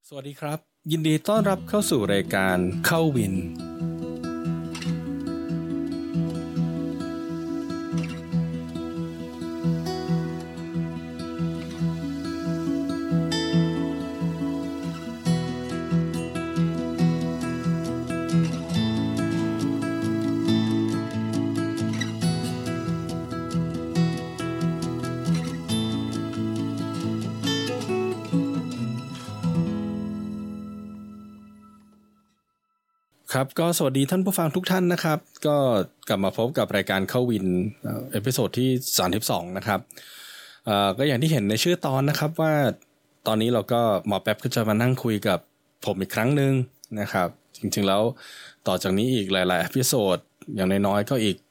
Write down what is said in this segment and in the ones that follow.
สวัสดีครับยินดีต้อนรับเข้าสู่รายการเข้าวินครับก็สวัสดีท่านผู้ฟังทุกท่านนะครับก็กลับมาพบกับรายการเข้าวินเอพิโซดที่32นะครับก็อย่างที่เห็นในชื่อตอนนะครับว่าตอนนี้เราก็หมอแป๊บก็จะมานั่งคุยกับผมอีกครั้งนึงนะครับจริงๆแล้วต่อจากนี้อีกหลายๆเอพิโซดอย่างน้อยๆก็อีก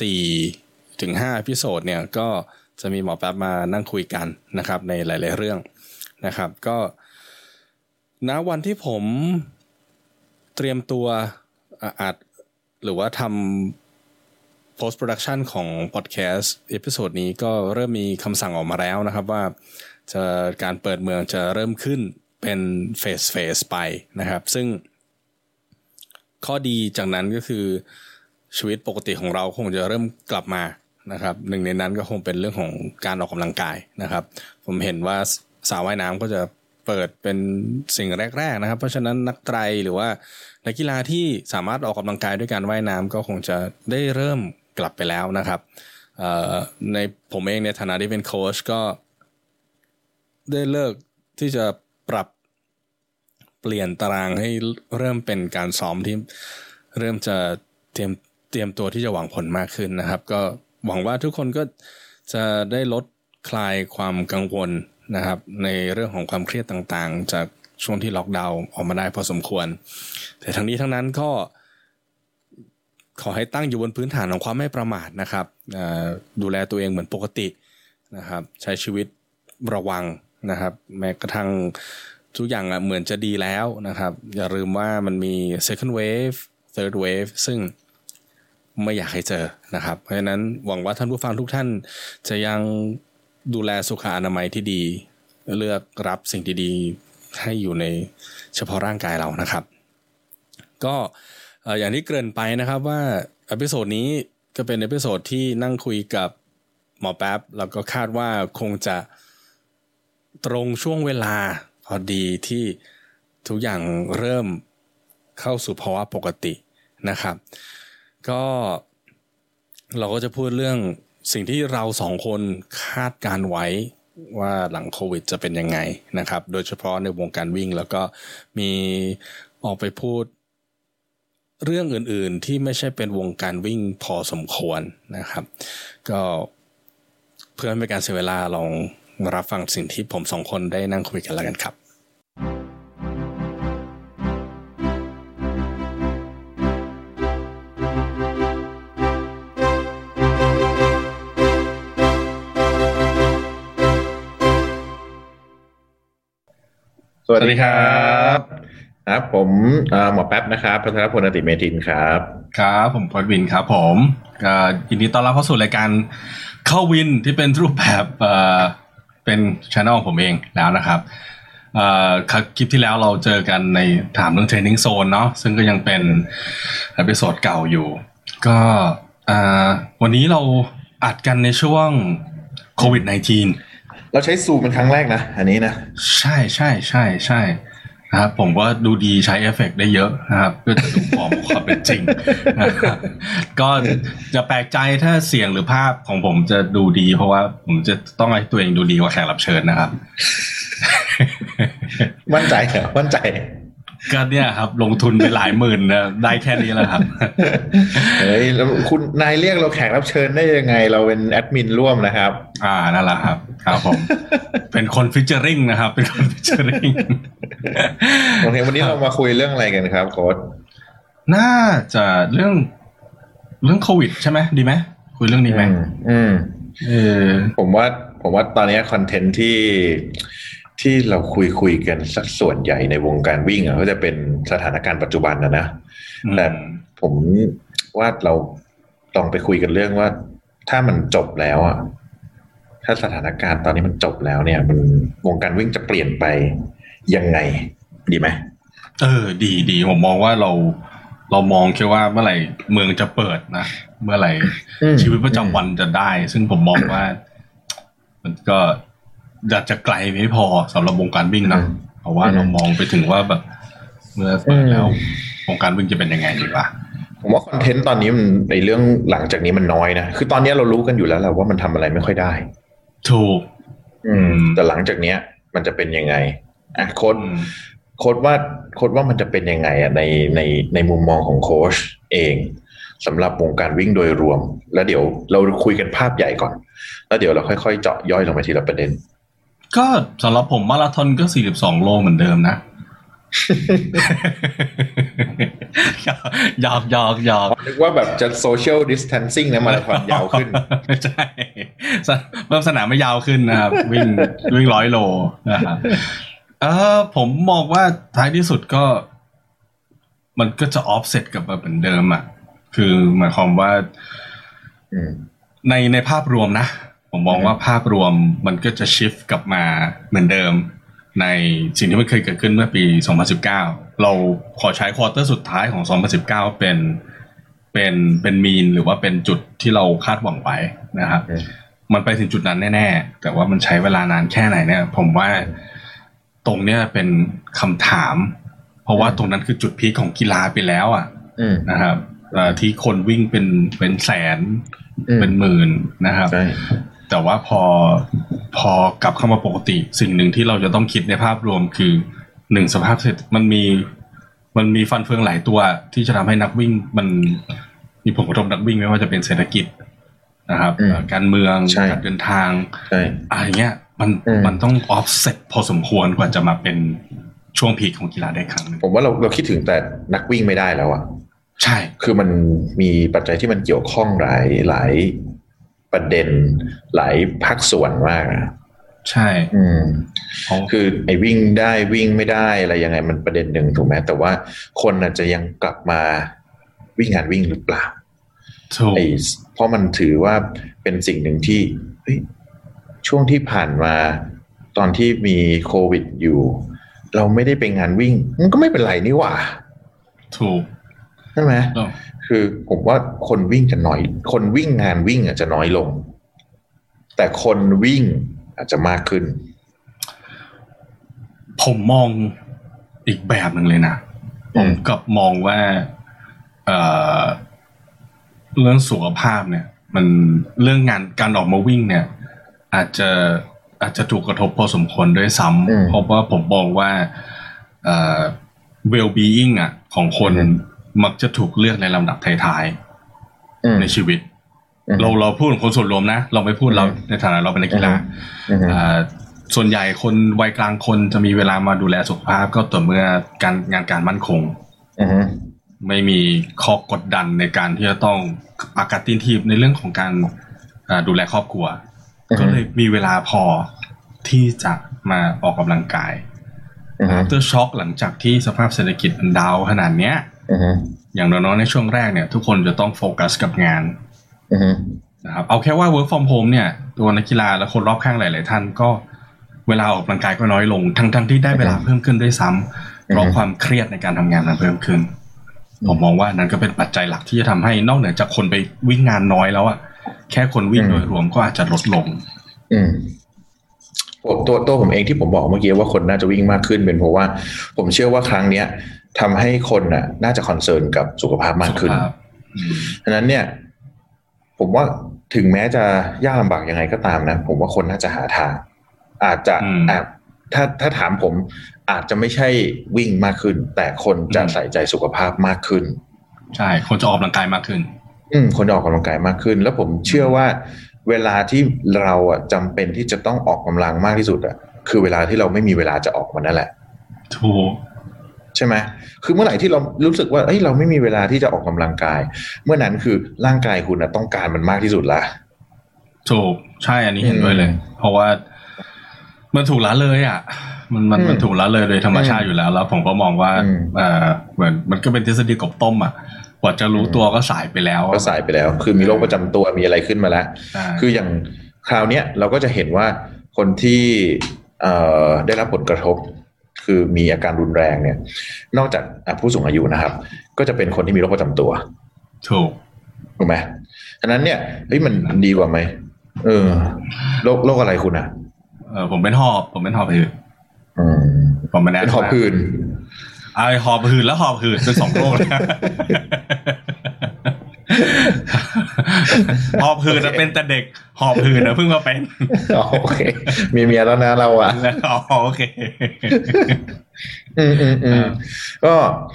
4 ถึง 5เอพิโซดเนี่ยก็จะมีหมอแป๊บมานั่งคุยกันนะครับในหลายๆเรื่องนะครับก็ณวันที่ผมเตรียมตัวอัดหรือว่าทำ post production ของ podcast เอพิโซดนี้ก็เริ่มมีคำสั่งออกมาแล้วนะครับว่าจะการเปิดเมืองจะเริ่มขึ้นเป็นเฟสไปนะครับซึ่งข้อดีจากนั้นก็คือชีวิตปกติของเราคงจะเริ่มกลับมานะครับหนึ่งในนั้นก็คงเป็นเรื่องของการออกกำลังกายนะครับผมเห็นว่าสระว่ายน้ำก็จะเปิดเป็นสิ่งแรกๆนะครับเพราะฉะนั้นนักไตรหรือว่านักกีฬาที่สามารถออกกำลังกายด้วยการว่ายน้ำก็คงจะได้เริ่มกลับไปแล้วนะครับในผมเองในฐานะที่เป็นโค้ชก็ได้เลิกที่จะปรับเปลี่ยนตารางให้เริ่มเป็นการซ้อมที่เริ่มจะเตรียมตัวที่จะหวังผลมากขึ้นนะครับก็หวังว่าทุกคนก็จะได้ลดคลายความกังวลนะครับในเรื่องของความเครียดต่างๆจากช่วงที่ล็อกดาวน์ออกมาได้พอสมควรแต่ทั้งนี้ทั้งนั้นก็ขอให้ตั้งอยู่บนพื้นฐานของความไม่ประมาทนะครับดูแลตัวเองเหมือนปกตินะครับใช้ชีวิตระวังนะครับแม้กระทั่งทุกอย่างเหมือนจะดีแล้วนะครับอย่าลืมว่ามันมี second wave third wave ซึ่งไม่อยากให้เจอนะครับเพราะฉะนั้นหวังว่าท่านผู้ฟังทุกท่านจะยังดูแลสุขอนามัยที่ดีเลือกรับสิ่งดีๆให้อยู่ในเฉพาะร่างกายเรานะครับก็อย่างที่เกริ่นไปนะครับว่าเอพิโซดนี้ก็เป็นเอพิโซดที่นั่งคุยกับหมอแป๊บแล้วก็คาดว่าคงจะตรงช่วงเวลาพอดีที่ทุกอย่างเริ่มเข้าสู่ภาวะปกตินะครับก็เราก็จะพูดเรื่องสิ่งที่เราสองคนคาดการไว้ว่าหลังโควิดจะเป็นยังไงนะครับโดยเฉพาะในวงการวิ่งแล้วก็มีออกไปพูดเรื่องอื่นๆที่ไม่ใช่เป็นวงการวิ่งพอสมควรนะครับก็เพื่อไม่เป็นการเสียเวลาลองรับฟังสิ่งที่ผมสองคนได้นั่งคุยกันแล้วกันครับสวัสดีครับครับผมหมอแป๊บนะครับพัทรพล อติเมธินครับครับผมพอดวินครับผมยินดีต้อนรับเข้าสู่รายการเข้าวินที่เป็นรูปแบบเป็น channel ของผมเองแล้วนะครับคลิปที่แล้วเราเจอกันในถามเรื่อง training zone เนาะซึ่งก็ยังเป็นเอพิโซดเก่าอยู่ก็วันนี้เราอัดกันในช่วงโควิด -19 เราใช้ซูมเป็นครั้งแรกนะอันนี้นะใช่นะครับผมว่าดูดีใช้เอฟเฟกต์ได้เยอะนะครับเพื่อจะดูฟอร์มความเป็นจริงนะครับก็จะแปลกใจถ้าเสียงหรือภาพของผมจะดูดีเพราะว่าผมจะต้องให้ตัวเองดูดีกว่าแขกรับเชิญนะครับมั่นใจเหรอมั่นใจก็เนี่ยครับลงทุนไปหลายหมื่นนะได้แค่นี้แล้วครับเฮ้ยแล้วคุณนายเรียกเราแขกรับเชิญได้ยังไงเราเป็นแอดมินร่วมนะครับนั่นแหละครับครับผมเป็นคนฟิชเจอริงนะครับเป็นคนฟิชเจอริงโอเควันนี้เรามาคุยเรื่องอะไรกันครับโค้ชน่าจะเรื่องโควิดใช่ไหมดีไหมคุยเรื่องนี้ไหมผมว่าตอนนี้คอนเทนต์ที่เราคุยกันสักส่วนใหญ่ในวงการวิ่งก็จะเป็นสถานการณ์ปัจจุบันนะแต่ผมว่าเราลองไปคุยกันเรื่องว่าถ้ามันจบแล้วถ้าสถานการณ์ตอนนี้มันจบแล้วเนี่ยมันวงการวิ่งจะเปลี่ยนไปยังไงดีไหมดีผมมองว่าเรามองแค่ว่าเมื่อไหร่เมืองจะเปิดนะเมื่อไหร่ชีวิตประจำวันจะได้ซึ่งผมมองว่ามันก็อยากจะไกลไม่พอสำหรับวงการวิ่งนะเพราะว่าเรามองไปถึงว่าแบบเมื่อเปิดแล้ววงการวิ่งจะเป็นยังไงดีวะผมว่าคอนเทนต์ตอนนี้มันในเรื่องหลังจากนี้มันน้อยนะคือตอนนี้เรารู้กันอยู่แล้วแหละว่ามันทำอะไรไม่ค่อยได้ถูกแต่หลังจากเนี้ยมันจะเป็นยังไงโค้ดว่ามันจะเป็นยังไงในมุมมองของโค้ชเองสำหรับวงการวิ่งโดยรวมแล้วเดี๋ยวเราคุยกันภาพใหญ่ก่อนแล้วเดี๋ยวเราค่อยๆเจาะย่อยลงไปทีละประเด็นก็สำหรับผมมาราธอนก็42โลเหมือนเดิมนะหยอกนึกว่าแบบจะ social distancing นะมาราธอนยาวขึ้นใช่เพิ่มสนามไม่ยาวขึ้นนะครับวิ่ง100 โลนะครับผมมองว่าท้ายที่สุดก็มันก็จะ offset กับเหมือนเดิมอ่ะคือหมายความว่าในภาพรวมนะผมมองว่าภาพรวมมันก็จะ shift กลับมาเหมือนเดิมในสิ่งที่มันเคยเกิดขึ้นเมื่อปี2019เราขอใช้ควอเตอร์สุดท้ายของ2019เป็นมีนหรือว่าเป็นจุดที่เราคาดหวังไว้นะครับมันไปถึงจุดนั้นแน่ๆแต่ว่ามันใช้เวลานานแค่ไหนเนี่ยผมว่าตรงเนี้ยเป็นคำถามเพราะว่าตรงนั้นคือจุดพีคของกีฬาไปแล้วอ่ะนะครับที่คนวิ่งเป็นแสนเป็นหมื่นนะครับแต่ว่าพอกลับเข้ามาปกติสิ่งหนึ่งที่เราจะต้องคิดในภาพรวมคือ1สภาพเศรษฐกิจมันมีฟันเฟืองหลายตัวที่จะทำให้นักวิ่งมันมีผลกระทบนักวิ่งไม่ว่าจะเป็นเศรษฐกิจนะครับการเมืองการเดินทางอะไรเงี้ยมันต้อง offset พอสมควรกว่าจะมาเป็นช่วงพีคของกีฬาได้ครั้งนึงผมว่าเราคิดถึงแต่นักวิ่งไม่ได้แล้วอ่ะใช่คือมันมีปัจจัยที่มันเกี่ยวข้องหลายประเด็นหลายภาคส่วนมากนะใช่คือไอ้วิ่งได้วิ่งไม่ได้อะไรยังไงมันประเด็นหนึ่งถูกไหมแต่ว่าคนอาจจะยังกลับมาวิ่งงานวิ่งหรือเปล่าเพราะมันถือว่าเป็นสิ่งหนึ่งที่ช่วงที่ผ่านมาตอนที่มีโควิดอยู่เราไม่ได้ไปงานวิ่งมันก็ไม่เป็นไรนี่หว่าถูกใช่ไหมคือผมว่าคนวิ่งจะน้อยคนวิ่งงานวิ่งอาจจะน้อยลงแต่คนวิ่งอาจจะมากขึ้นผมมองอีกแบบหนึ่งเลยนะผมกับมองว่าเรื่องสุขภาพเนี่ยมันเรื่องงานการออกมาวิ่งเนี่ยอาจจะถูกกระทบพอสมควรด้วยซ้ำเพราะว่าผมมองว่าwell-being อ่ะของคนมักจะถูกเลือกในลำดับท้ายๆในชีวิตเราพูดของคนส่วนรวมนะเราไม่พูดเราในฐานะเราเป็นนักกีฬาส่วนใหญ่คนวัยกลางคนจะมีเวลามาดูแลสุขภาพก็ต่อเมื่อการมั่นคงไม่มีข้อกดดันในการที่จะต้องอากาศตีนทีบในเรื่องของการดูแลครอบครัวก็เลยมีเวลาพอที่จะมาออกกำลังกายafter shock หลังจากที่สภาพเศรษฐกิจมันดาวขนาดเนี้ยอย่างน้อยๆในช่วงแรกเนี่ยทุกคนจะต้องโฟกัสกับงานนะครับเอาแค่ว่า work from home เนี่ยตัวนักกีฬาและคนรอบข้างหลายๆท่านก็เวลาออกกำลังกายก็น้อยลงทั้งที่ได้เวลาเพิ่มขึ้นด้วยซ้ำเพราะความเครียดในการทำงานมันเพิ่มขึ้นผมมองว่านั้นก็เป็นปัจจัยหลักที่จะทำให้นอกเหนือจากคนไปวิ่งงานน้อยแล้วอะแค่คนวิ่งโดยรวมก็อาจจะลดลงตัวผมเองที่ผมบอกเมื่อกี้ว่าคนน่าจะวิ่งมากขึ้นเป็นเพราะว่าผมเชื่อว่าครั้งเนี้ยทำให้คนน่ะน่าจะคอนเซิร์นกับสุขภาพมากขึ้นฉะนั้นเนี่ยผมว่าถึงแม้จะยากลำบากยังไงก็ตามนะผมว่าคนน่าจะหาทางอาจจะถ้าถามผมอาจจะไม่ใช่วิ่งมากขึ้นแต่คนจะใส่ใจสุขภาพมากขึ้นใช่คนจะออกกำลังกายมากขึ้นคนจะออกกำลังกายมากขึ้นแล้วผมเชื่อว่าเวลาที่เราจำเป็นที่จะต้องออกกำลังมากที่สุดคือเวลาที่เราไม่มีเวลาจะออกมันนั่นแหละถูกใช่ไหมคือเมื่อไหร่ที่เรารู้สึกว่าเราไม่มีเวลาที่จะออกกำลังกายเมื่อนั้นคือร่างกายคุณต้องการมันมากที่สุดละถูกใช่อันนี้เห็นด้วยเลยเพราะว่ามันถูกละเลยอ่ะมันถูกละเลยโดยธรรมชาติอยู่แล้วผมก็มองว่าเหมือนมันก็เป็นทฤษฎีกบต้มอ่ะกว่าจะรู้ตัวก็สายไปแล้วคือมีโรคประจำตัวมีอะไรขึ้นมาแล้วคืออย่างคราวเนี้ยเราก็จะเห็นว่าคนที่ได้รับผลกระทบคือมีอาการรุนแรงเนี่ยนอกจากผู้สูงอายุนะครับก็จะเป็นคนที่มีโรคประจำตัวถูกไหมฉะนั้นเนี่ยมันดีกว่าไหมโรคอะไรคุณอ่ะผมเป็นหอบหืดผมไม่ได้เป็นหอบหืดหอบหืดแล้วหอบหืดเป็น2โรคเลยหอบหืดนะเป็นแต่เด็กหอบหืดนะเพิ่งมาเป็นโอเคมีเมียแล้วนะเราอ่ะโอเคก็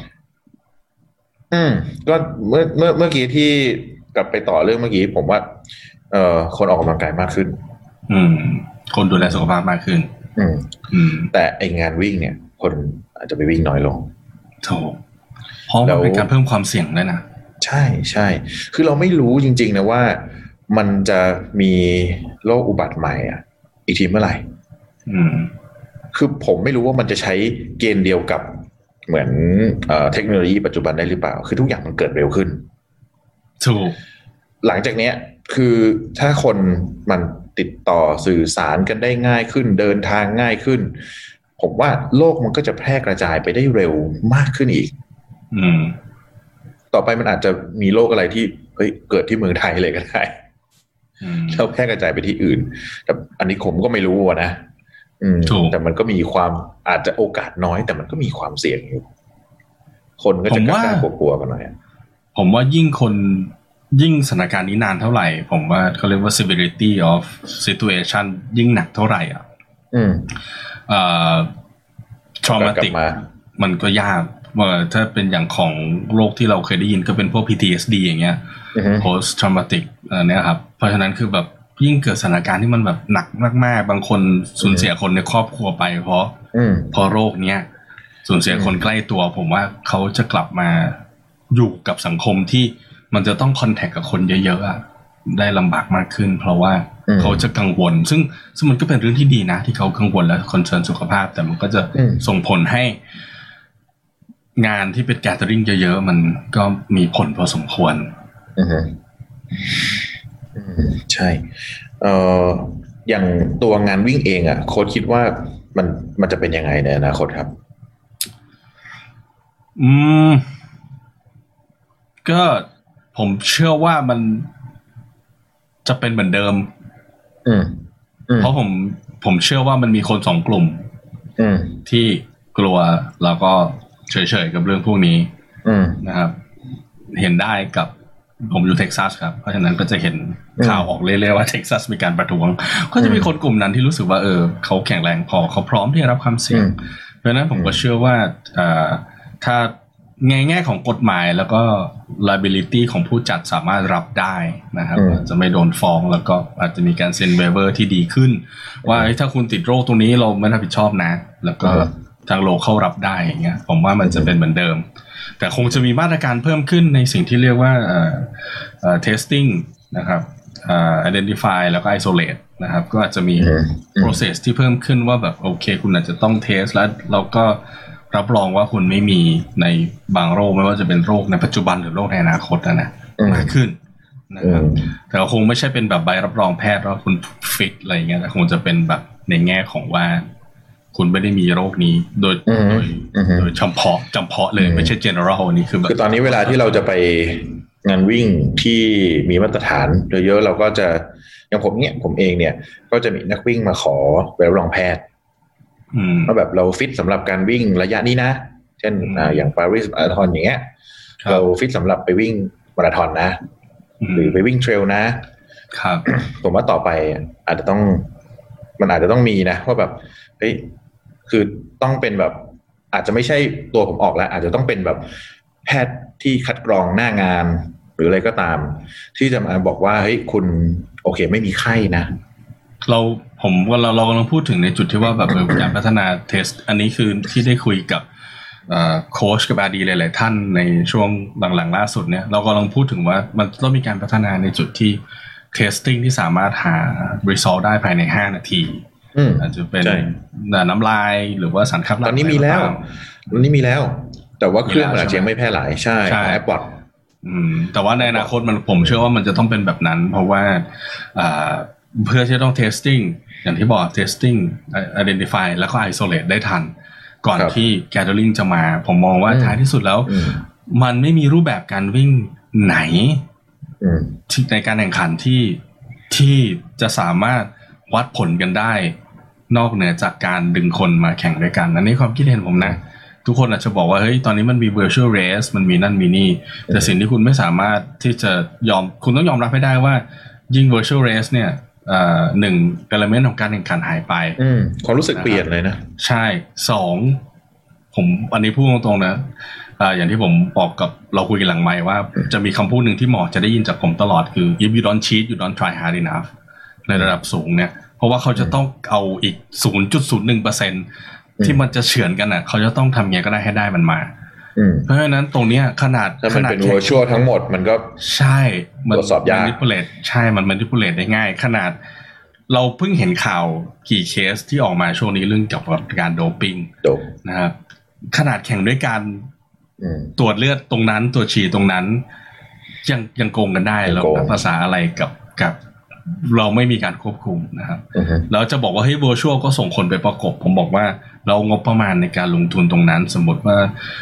เมื่อกี้ที่กลับไปต่อเรื่องเมื่อกี้ผมว่าคนออกกำลังกายมากขึ้นคนดูแลสุขภาพมากขึ้นแต่ไองานวิ่งเนี่ยคนอาจจะไปวิ่งน้อยลงถูกเพราะมันเป็นการเพิ่มความเสี่ยงด้วยนะใช่ใช่คือเราไม่รู้จริงๆนะว่ามันจะมีโรคอุบัติใหม่อีกทีเมื่อไหร่คือผมไม่รู้ว่ามันจะใช้เกณฑ์เดียวกับเหมือนเทคโนโลยีปัจจุบันได้หรือเปล่าคือทุกอย่างมันเกิดเร็วขึ้นถูกหลังจากเนี้ยคือถ้าคนมันติดต่อสื่อสารกันได้ง่ายขึ้นเดินทางง่ายขึ้นผมว่าโลกมันก็จะแพร่กระจายไปได้เร็วมากขึ้นอีกต่อไปมันอาจจะมีโรคอะไรที่เกิดที่เมืองไทยเลยก็ได้แล้วแพร่กระจายไปที่อื่นแต่อันนี้ผมก็ไม่รู้นะแต่มันก็มีความอาจจะโอกาสน้อยแต่มันก็มีความเสี่ยงอยู่คนก็จะกลัวกันหน่อยผมว่ายิ่งสถานการณ์นี้นานเท่าไหร่ผมว่าเขาเรียกว่า severity of situation ยิ่งหนักเท่าไหร่traumatic มันก็ยากว่าถ้าเป็นอย่างของโรคที่เราเคยได้ยินก็เป็นพวก PTSD อย่างเงี้ย post traumatic เนี่ยครับเพราะฉะนั้นคือแบบยิ่งเกิดสถานการณ์ที่มันแบบหนักมากๆบางคนสูญเสียคนในครอบครัวไปเพราะโรคเนี้ยสูญเสียคนใกล้ตัวผมว่าเขาจะกลับมาอยู่กับสังคมที่มันจะต้องคอนแทคกับคนเยอะๆได้ลำบากมากขึ้นเพราะว่าเขาจะกังวลซึ่งมันก็เป็นเรื่องที่ดีนะที่เขากังวลและคอนเซิร์นสุขภาพแต่มันก็จะส่งผลให้งานที่เป็นแกเธอริ่งเยอะๆมันก็มีผลพอสมควรใช่อย่างตัวงานวิ่งเองโค้ชคิดว่ามันจะเป็นยังไงในอนาคตครับก็ผมเชื่อว่ามันจะเป็นเหมือนเดิมเพราะผมเชื่อว่ามันมีคน2กลุ่มที่กลัวแล้วก็เฉยๆกับเรื่องพวกนี้นะครับเห็นได้กับผมอยู่เท็กซัสครับเพราะฉะนั้นก็จะเห็นข่าวออกเรื่อยๆว่าเท็กซัสมีการประท้วงก็จะมีคนกลุ่มนั้นที่รู้สึกว่าเขาแข็งแรงพอเขาพร้อมที่จะรับความเสี่ยงเพราะฉะนั้นผมก็เชื่อว่าถ้าในแง่ของกฎหมายแล้วก็ liability ของผู้จัดสามารถรับได้นะครับจะไม่โดนฟ้องแล้วก็อาจจะมีการเซ็นเวเวอร์ที่ดีขึ้นว่าถ้าคุณติดโรคตรงนี้เราไม่รับผิดชอบนะแล้วก็ทางโลเข้ารับได้อย่างเงี้ยผมว่ามันจะเป็นเหมือนเดิมแต่คงจะมีมาตรการเพิ่มขึ้นในสิ่งที่เรียกว่าtesting นะครับidentify แล้วก็ isolate นะครับก็อาจจะมี process ที่เพิ่มขึ้นว่าแบบโอเคคุณอาจจะต้อง test แล้วเราก็รับรองว่าคุณไม่มีในบางโรคไม่ว่าจะเป็นโรคในปัจจุบันหรือโรคในอนาคตนะมากขึ้นนะครับแต่คงไม่ใช่เป็นแบบใบรับรองแพทย์ว่าคุณฟิตอะไรอย่างเงี้ยแต่คงจะเป็นแบบในแง่ของว่าคุณไม่ได้มีโรคนี้โดยจำเพาะเลยไม่ใช่ general นี่คือแบบคือตอนนี้เวลาที่เราจะไปงานวิ่งที่มีมาตรฐานเยอะๆเราก็จะอย่างผมเองเนี่ยก็จะมีนักวิ่งมาขอใบรับรองแพทย์ว่าแบบเราฟิตสำหรับการวิ่งระยะนี้นะเช่นอย่างปารีสมาราธอนอย่างเงี้ยเราฟิตสำหรับไปวิ่งมาราธอนนะหรือไปวิ่งเทรลนะครับผมว่าต่อไปอาจจะต้องมีนะว่าแบบเฮ้ยคือต้องเป็นแบบอาจจะไม่ใช่ตัวผมออกแล้วอาจจะต้องเป็นแบบแพทย์ที่คัดกรองหน้างานหรืออะไรก็ตามที่จะมาบอกว่าเฮ้ยคุณโอเคไม่มีไข้นะเรากำลังพูดถึงในจุดที่ว่าแบบการพัฒนาเทสอันนี้คือที่ได้คุยกับโค้ชกับอาดีหลายๆท่านในช่วงหลังๆล่าสุดเนี่ยเรากำลังพูดถึงว่ามันต้องมีการพัฒนาในจุดที่ testing ที่สามารถหา result ได้ภายใน5นาทีอาจจะเป็นน้ำลายหรือว่าสารคัดหลั่งตอนนี้มีแล้วแต่ว่าเครื่องมันอาจจะยังไม่แพร่หลายใช่แอปบอทแต่ว่าในอนาคตผมเชื่อว่ามันจะต้องเป็นแบบนั้นเพราะว่าเพื่อที่ต้อง testing อย่างที่บอก testing identify แล้วก็ isolate ได้ทันก่อนที่ gathering จะมาผมมองว่าท้ายที่สุดแล้วมันไม่มีรูปแบบการวิ่งไหนที่ในการแข่งขันที่จะสามารถวัดผลกันได้นอกเหนือจากการดึงคนมาแข่งด้วยกันอันนี้ความคิดเห็นผมนะทุกคนอาจจะบอกว่าเฮ้ยตอนนี้มันมี virtual race มันมีนั่นมีนี่แต่สิ่งที่คุณไม่สามารถที่จะคุณต้องยอมรับให้ได้ว่ายิ่ง virtual race เนี่ยหนึ่ง element ของการแข่งขันหายไปความรู้สึกเปลี่ยนเลยนะใช่สองผมอันนี้พูดตรงๆนะอย่างที่ผมบอกกับเราคุยกันหลังไมค์ว่าจะมีคำพูดหนึ่งที่หมอจะได้ยินจากผมตลอดคือ if you don't cheat you don't try hard enough ในระดับสูงเนี่ยเพราะว่าเขาจะต้องเอาอีก 0.01% ที่มันจะเฉือนกันน่ะเขาจะต้องทำไงก็ได้ให้ได้มันมาเพราะฉะนั้นตรงเนี้ยขนาดเป็น virtual ทั้งหมดมันก็ใช่มันตรวจสอบยาก manipulate ใช่มัน manipulate ได้ง่ายขนาดเราเพิ่งเห็นข่าวกี่เคสที่ออกมาช่วงนี้เรื่องเกี่ยวกับการโดปิ้งนะครับขนาดแข่งด้วยการตรวจเลือดตรงนั้นตรวจฉี่ตรงนั้นยังโกงกันได้แล้วภาษาอะไรกับเราไม่มีการควบคุมนะครับแล้วจะบอกว่าเฮ้ย virtual ก็ส่งคนไปประกบผมบอกว่าเรางบประมาณในการลงทุนตรงนั้นสมมติว่า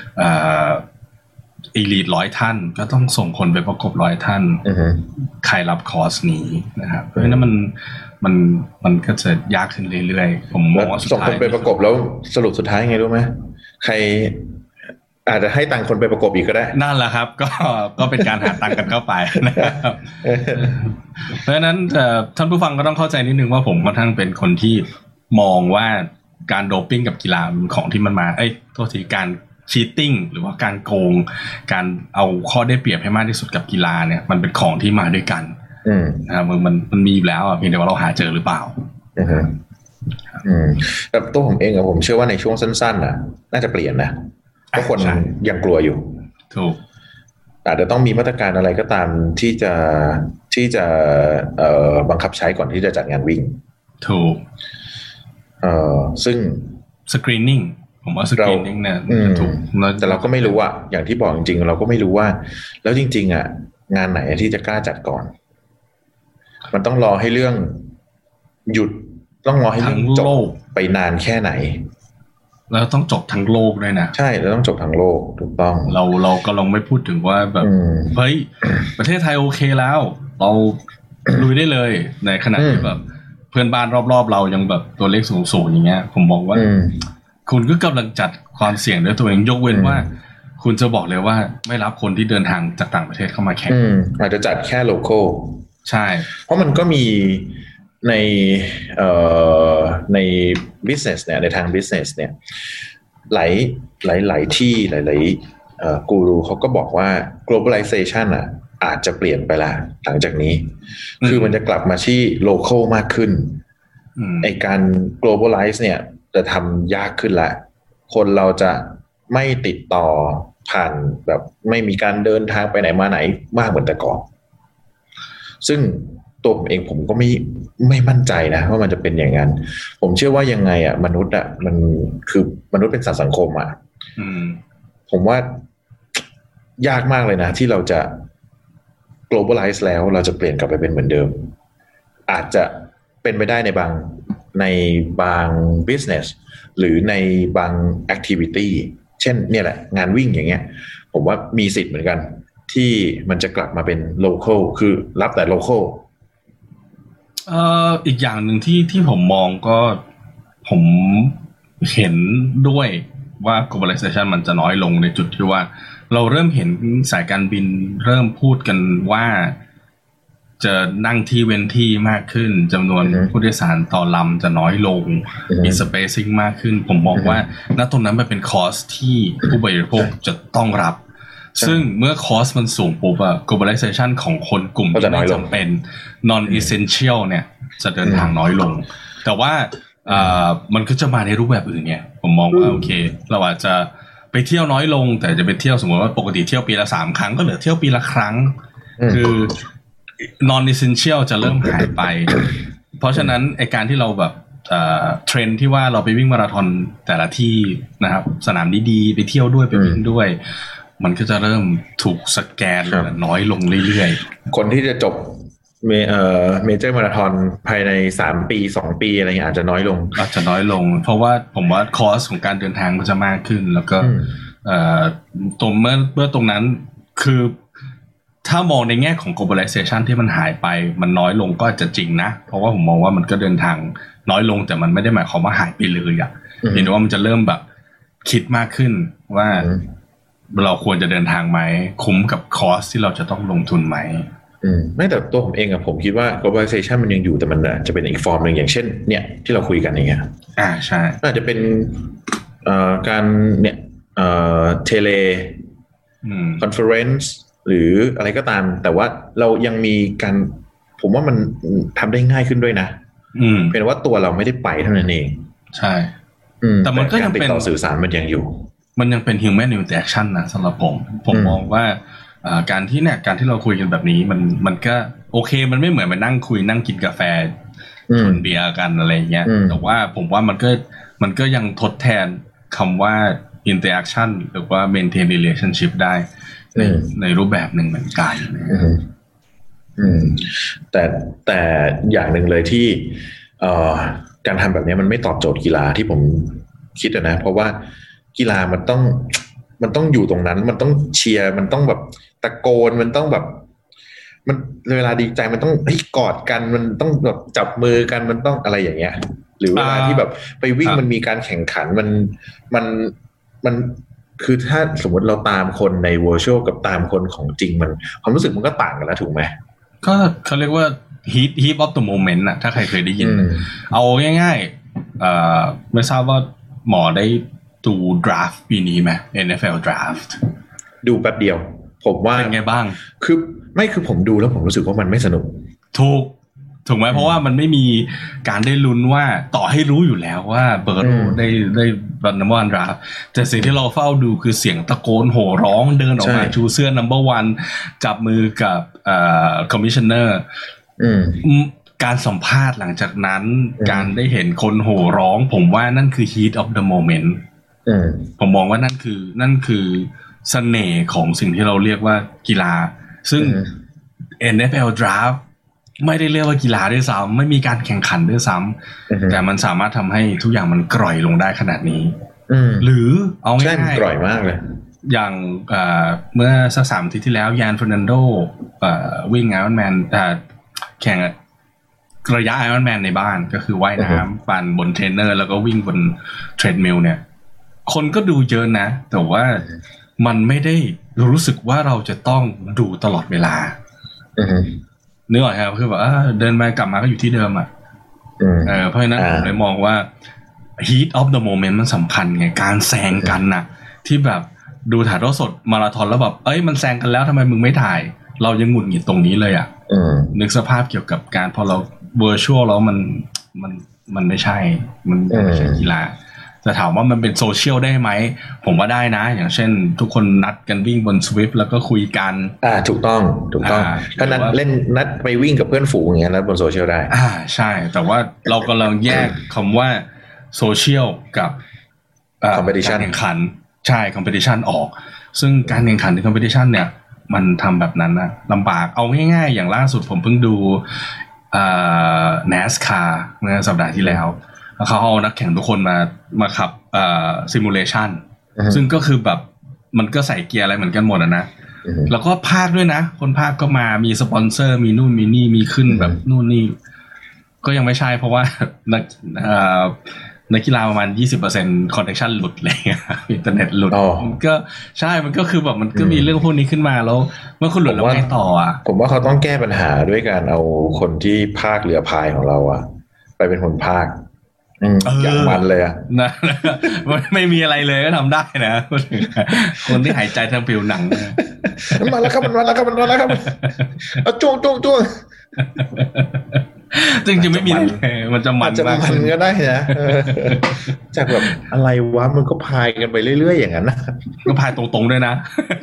elite 100 ท่านก็ต้องส่งคนไปประกบ100 ท่านใครรับคอร์สนี้นะครับเพราะฉะนั้นมันก็จะยากขึ้นเรื่อยๆผมมองว่าส่งคนไปประกบแล้วสรุปสุดท้ายไงรู้ไหมใครอาจจะให้ตังค์คนไปประกบอีกก็ได้นั่นแหละครับก็เป็นการหาตังค์กันเข้าไปนะครับเพราะฉะนั้นท่านผู้ฟังก็ต้องเข้าใจนิดนึงว่าผมค่อนข้างเป็นคนที่มองว่าการโดปปิ้งกับกีฬาของที่มันมาโทษทีการชีตติ้งหรือว่าการโกงการเอาข้อได้เปรียบให้มากที่สุดกับกีฬาเนี่ยมันเป็นของที่มาด้วยกันนะครับมันมีอยู่แล้วเพียงแต่ว่าเราหาเจอหรือเปล่าแต่ตัวผมเองผมเชื่อว่าในช่วงสั้นๆน่าจะเปลี่ยนนะเพราะคนยังกลัวอยู่ถูกอาจจะต้องมีมาตรการอะไรก็ตามที่จะบังคับใช้ก่อนที่จะจัดงานวิ่งถูกซึ่งสกรีนนิ่งผมว่าสกรีนนิ่งเนี่ยถูกแต่เราก็ไม่รู้อย่างที่บอกจริงๆเราก็ไม่รู้ว่าแล้วจริงๆงานไหนที่จะกล้าจัดก่อนมันต้องรอให้เรื่องหยุดต้องรอให้เรื่องจบไปนานแค่ไหนแล้วต้องจบทั้งโลกด้วยนะใช่แล้วต้องจบทั้งโลกถูกต้องเราก็ลองไม่พูดถึงว่าแบบเฮ้ยประเทศไทยโอเคแล้วเราลุยได้เลยในขณะที่แบบเพื่อนบ้านรอบๆเรายังแบบตัวเลขสูงๆอย่างเงี้ยผมบอกว่าคุณก็กำลังจัดความเสี่ยงด้วยตัวเองยกเว้นว่าคุณจะบอกเลยว่าไม่รับคนที่เดินทางจากต่างประเทศเข้ามาแข่งอาจจะจัดแค่โลคอลใช่เพราะมันก็มีใน business เนี่ยในทาง business เนี่ยหลายที่หลายกูรูเขาก็บอกว่า globalization อาจจะเปลี่ยนไปละหลังจากนี้คือมันจะกลับมาที่ local มากขึ้นไอการ globalize เนี่ยจะทำยากขึ้นละคนเราจะไม่ติดต่อผ่านแบบไม่มีการเดินทางไปไหนมาไหนมากเหมือนแต่ก่อนซึ่งตัวผมเองผมก็ไม่มั่นใจนะว่ามันจะเป็นอย่างนั้นผมเชื่อว่ายังไงมนุษย์มันคือมนุษย์เป็นสัตว์สังคมผมว่ายากมากเลยนะที่เราจะ globalize แล้วเราจะเปลี่ยนกลับไปเป็นเหมือนเดิมอาจจะเป็นไปได้ในบาง business หรือในบาง activity เช่นเนี่ยแหละงานวิ่งอย่างเงี้ยผมว่ามีสิทธิ์เหมือนกันที่มันจะกลับมาเป็น local คือรับแต่ local อีกอย่างหนึ่งที่ผมมองก็ผมเห็นด้วยว่า globalization มันจะน้อยลงในจุดที่ว่าเราเริ่มเห็นสายการบินเริ่มพูดกันว่าจะนั่งที่เว้นที่มากขึ้นจำนวนผู้โดยสารต่อลำจะน้อยลงมี spacing มากขึ้นผมมองว่าณตรงนั้นมันเป็นคอสที่ผู้บริโภคจะต้องรับซึ่งเมื่อคอสมันสูงปุ๊บglobalization ของคนกลุ่มที่ไม่จำเป็น non essential เนี่ยจะเดินทางน้อยลงแต่ว่ามันก็จะมาในรูปแบบอื่นเนี่ยผมมองว่าโอเคเราอาจจะไปเที่ยวน้อยลงแต่จะไปเที่ยวสมมติว่าปกติเที่ยวปีละ3ครั้งก็เหลือเที่ยวปีละครั้งคือ non essential จะเริ่มหายไปเพราะฉะนั้นไอ้การที่เราแบบเทรนด์ที่ว่าเราไปวิ่งมาราธอนแต่ละที่นะครับสนามดีๆไปเที่ยวด้วยไปวิ่งด้วยมันก็จะเริ่มถูกสแกนน้อยลงเรื่อยๆคนที่จะจบเมเจอร์มาราธอนภายใน3 ปี 2 ปีอะไรเงี้ยอาจจะน้อยลงเพราะว่าผมว่าคอสของการเดินทางมันจะมากขึ้นแล้วก็ตรงเมื่อตรงนั้นคือถ้ามองในแง่ของ globalization ที่มันหายไปมันน้อยลงก็จะจริงนะเพราะว่าผมมองว่ามันก็เดินทางน้อยลงแต่มันไม่ได้หมายความว่าหายไปเลยอ่ะเห็นว่ามันจะเริ่มแบบคิดมากขึ้นว่าเราควรจะเดินทางไหมคุ้มกับคอสที่เราจะต้องลงทุนไหมไม่แต่ตัวผมเองอะผมคิดว่า globalization มันยังอยู่แต่มันจะเป็นอีกฟอร์มหนึ่งอย่างเช่นเนี่ยที่เราคุยกันอย่างเงี้ยใช่อาจจะเป็นการเนี่ยเทเลคอนเฟอเรนซ์หรืออะไรก็ตามแต่ว่าเรายังมีการผมว่ามันทำได้ง่ายขึ้นด้วยนะเป็นว่าตัวเราไม่ได้ไปเท่านั้นเองใช่แต่มันก็ยังเป็นติดต่อสื่อสารมันยังอยู่มันยังเป็น human interaction นะสำหรับผมมองว่าการที่เราคุยกันแบบนี้มันก็โอเคมันไม่เหมือนมานั่งคุยนั่งกินกาแฟชนเบียร์กันอะไรเงี้ยแต่ว่าผมว่ามันก็ยังทดแทนคำว่า interaction หรือว่า maintain relationship ได้ในรูปแบบหนึ่งเหมือนกันแต่อย่างหนึ่งเลยที่การทำแบบนี้มันไม่ตอบโจทย์กีฬาที่ผมคิดนะเพราะว่ากีฬามันต้องอยู่ตรงนั้นมันต้องเชียร์มันต้องแบบตะโกนมันต้องแบบมันเวลาดีใจมันต้องกอดกันมันต้องแบบจับมือกันมันต้องอะไรอย่างเงี้ยหรือเวลาที่แบบไปวิ่งมันมีการแข่งขันมันคือถ้าสมมติเราตามคนใน virtual กับตามคนของจริงมันความรู้สึกมันก็ต่างกันแล้วถูกไหมก็เขาเรียกว่า heat of the moment น่ะถ้าใครเคยได้ยินเอาง่ายๆไม่ทราบว่าหมอได้ดูดราฟต์ปีนี้ไหม NFL draft ดูแป๊บเดียวผมว่าเป็นไงบ้างคือผมดูแล้วผมรู้สึกว่ามันไม่สนุกถูกไหมเพราะว่ามันไม่มีการได้ลุ้นว่าต่อให้รู้อยู่แล้วว่าเบอร์โรได้รันนัมเบอร์วันดราฟแต่สิ่งที่เราเฝ้าดูคือเสียงตะโกนโห่ร้องเดินออกมาชูเสื้อนัมเบอร์วันจับมือกับคอมมิชชันเนอร์การสัมภาษณ์หลังจากนั้นการได้เห็นคนโห่ร้องผมว่านั่นคือ heat of the moment ผมมองว่านั่นคือเสน่ห์ของสิ่งที่เราเรียกว่ากีฬาซึ่ง NFL draft ไม่ได้เรียกว่ากีฬาด้วยซ้ำไม่มีการแข่งขันด้วยซ้ำแต่มันสามารถทำให้ทุกอย่างมันกร่อยลงได้ขนาดนี้หรือเอาง่ายๆกร่อยมากเลยอย่างเมื่อสัก3 อาทิตย์ที่แล้วยานเฟอร์นันโดวิ่งไอรอนแมนแข่งระยะไอรอนแมนในบ้านก็คือว่ายน้ำปั่นบนเทรนเนอร์แล้วก็วิ่งบนเทรดมิลเนี่ยคนก็ดูเยอะนะแต่ว่ามันไม่ได้รู้สึกว่าเราจะต้องดูตลอดเวลานึกออกครับคือแบบเดินมากลับมาก็อยู่ที่เดิมเพราะฉะนั้นผมเลยมองว่า heat of the moment มันสำคัญไงการแซงกันน่ะที่แบบดูถ่ายทอดสดมาราธอนแล้วแบบมันแซงกันแล้วทำไมมึงไม่ถ่ายเรายังหงุดหงิดตรงนี้เลยนึกสภาพเกี่ยวกับการพอเรา virtual แล้วมันไม่ใช่มันไม่ใช่กีฬาจะถามว่ามันเป็นโซเชียลได้ไหมผมว่าได้นะอย่างเช่นทุกคนนัดกันวิ่งบน Swift แล้วก็คุยกันถูกต้องถ้านัดไปวิ่งกับเพื่อนฝูงอย่างเงี้ยนัดบนโซเชียลได้ใช่แต่ว่าเรากำลังแยกคำว่าโซเชียลกับ competition การแข่งขันใช่ competition ออกซึ่งการแข่งขันใน competition เนี่ยมันทำแบบนั้นนะลำบากเอาง่ายๆอย่างล่าสุดผมเพิ่งดูNASCAR เมื่อสัปดาห์ที่แล้วเขาเอานักแข่งทุกคนมาขับsimulation ซึ่งก็คือแบบมันก็ใส่เกียร์อะไรเหมือนกันหมดนะแล้วก็พากด้วยนะคนพากก็มามีสปอนเซอร์มีนู่นมีนี่มีขึ้นแบบนู่นนี่ก็ยังไม่ใช่เพราะว่านักกีฬาประมาณ 20% connection หลุดอะไรเงี้ยอินเทอร์เน็ตหลุดก็ใช่มันก็คือแบบมันก็มีเรื่องพวกนี้ขึ้นมาแล้วเมื่อคุณหลุดแล้วไงต่อผมว่าเขาต้องแก้ปัญหาด้วยการเอาคนที่พากเรือพายของเราไปเป็นคนพากอย่างมันเลยนะไม่มีอะไรเลยก็ทำได้นะคนที่หายใจทางผิวหนังมันมาแล้วครับเอาจ้วงจริงๆไม่มีมันจะมันมากก็ได้นะจากแบบอะไรวะมันก็พายกันไปเรื่อยๆอย่างนั้นนะก็พายตรงๆด้วยนะ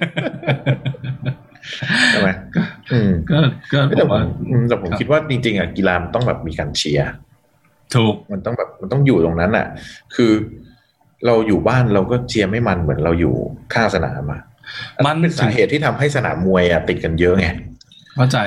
ใช่ไหมก็แต่ผมคิดว่าจริงๆกีฬามันต้องแบบมีการเชียร์ถูกมันต้องอยู่ตรงนั้นคือเราอยู่บ้านเราก็เชียร์ไม่มันเหมือนเราอยู่ข้างสนามมันเป็นสาเหตุที่ทำให้สนามมวยติดกันเยอะไงเข้าใจ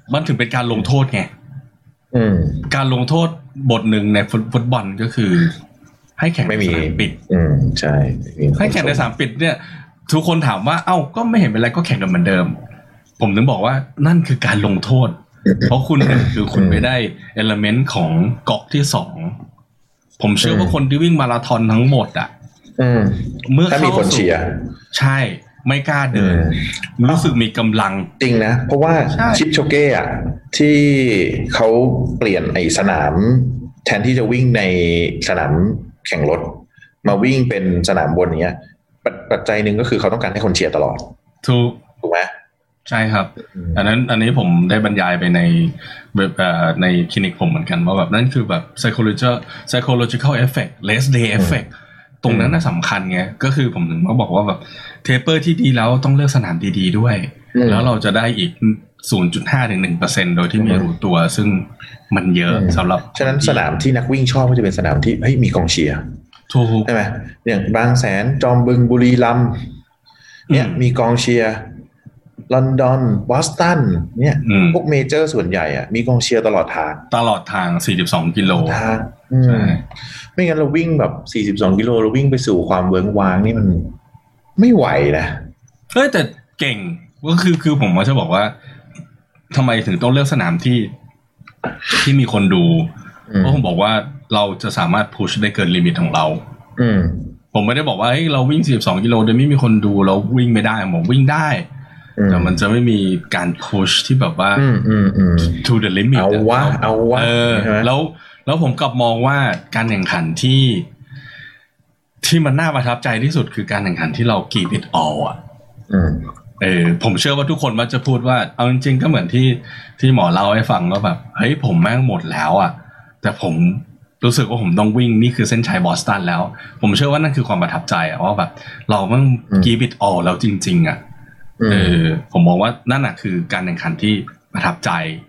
มันถึงเป็นการลงโทษไงการลงโทษบทหนึ่งในฟุตบอลก็คือให้แข่งในสนามปิดใช่ให้แข่งในสนามปิดเนี่ยทุกคนถามว่าเอ้าก็ไม่เห็นเป็นไรก็แข่งกันเหมือนเดิมผมถึงบอกว่านั่นคือการลงโทษเพราะคุณคือคุณไม่ได้เอลิเมนต์ของเกาะที่2ผมเชื่อว่าคนที่วิ่งมาราธอนทั้งหมดอ่ะเมื่อถ้ามีคนเชียร์ใช่ไม่กล้าเดินรู้สึกมีกำลังจริงนะเพราะว่าชิปโชเก้อะที่เขาเปลี่ยนไอ้สนามแทนที่จะวิ่งในสนามแข่งรถมาวิ่งเป็นสนามบนเนี้ยปัจจัยหนึ่งก็คือเขาต้องการให้คนเชียร์ตลอดถูกไหมใช่ครับอันนี้ผมได้บรรยายไปในในคลินิกผมเหมือนกันว่าแบบนั่นคือแบบ psychological effect last day effect ตรงนั้นน่ะสำคัญไงก็คือผมถึงบอกว่าแบบเทปเปอร์ที่ดีแล้วต้องเลือกสนามดีๆด้วยแล้วเราจะได้อีก 0.5 ถึง 1% โดยที่ไม่รู้ตัวซึ่งมันเยอะสำหรับฉะนั้นสนามที่นักวิ่งชอบก็จะเป็นสนามที่มีกองเชียร์ถูกใช่ไหมอย่างบางแสนจอมบึงบุรีรัมย์เนี่ยมีกองเชียร์ลอนดอนบอสตันเนี่ยพวกเมเจอร์ส่วนใหญ่มีกองเชียร์ตลอดทาง 42กิโลใช่ไม่งั้นเราวิ่งแบบ42กิโลเราวิ่งไปสู่ความเวิ้งว้างนี่มันไม่ไหวนะแต่เก่งก็คือผมจะบอกว่าทำไมถึงต้องเลือกสนามที่มีคนดูเพราะผมบอกว่าเราจะสามารถพุชได้เกินลิมิตของเราผมไม่ได้บอกว่าเฮ้ยเราวิ่ง42กิโลโดยไม่มีคนดูเราวิ่งไม่ได้ผมวิ่งได้แต่มันจะไม่มีการพุชที่แบบว่าto the limit เอาวะแล้วผมกลับมองว่าการแข่งขันที่มันน่าประทับใจที่สุดคือการแข่งขันที่เรา give it all อ่ะผมเชื่อว่าทุกคนมักจะพูดว่าเอาจริงๆก็เหมือนที่หมอเล่าให้ฟังว่าแบบเฮ้ยผมแม่งหมดแล้วอ่ะแต่ผมรู้สึกว่าผมต้องวิ่งนี่คือเส้นชัยบอสตันแล้วผมเชื่อว่านั่นคือความประทับใจอ่ะว่าแบบเราแม่ง give it all แล้วจริงๆอ่ะผมมองว่านั่นน่ะคือการแข่งขันที่ประทับใจ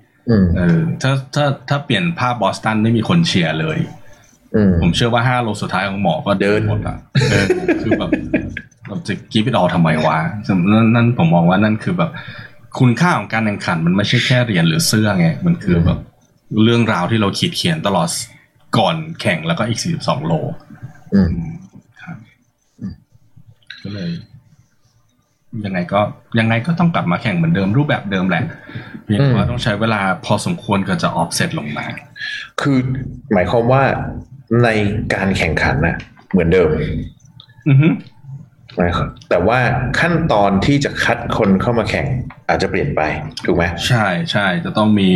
ถ้าเปลี่ยนภาพบอสตันไม่มีคนเชียร์เลยผมเชื่อว่า5โลสุดท้ายของหมอก็เดินหมดอ่ะคือแบบเราจะกีบไปออทำไมวะนั่นผมมองว่านั่นคือแบบคุณค่าของการแข่งขันมันไม่ใช่แค่เหรียญหรือเสื้อไงมันคือแบบเรื่องราวที่เราขีดเขียนตลอดก่อนแข่งแล้วก็อีก42โลครับก็เลยยังไงก็ต้องกลับมาแข่งเหมือนเดิมรูปแบบเดิมแหละเพียงแต่ว่าต้องใช้เวลาพอสมควรก็จะออฟเซตลงมาคือหมายความว่าในการแข่งขันน่ะเหมือนเดิมแต่ว่าขั้นตอนที่จะคัดคนเข้ามาแข่งอาจจะเปลี่ยนไปถูกไหมใช่จะต้องมี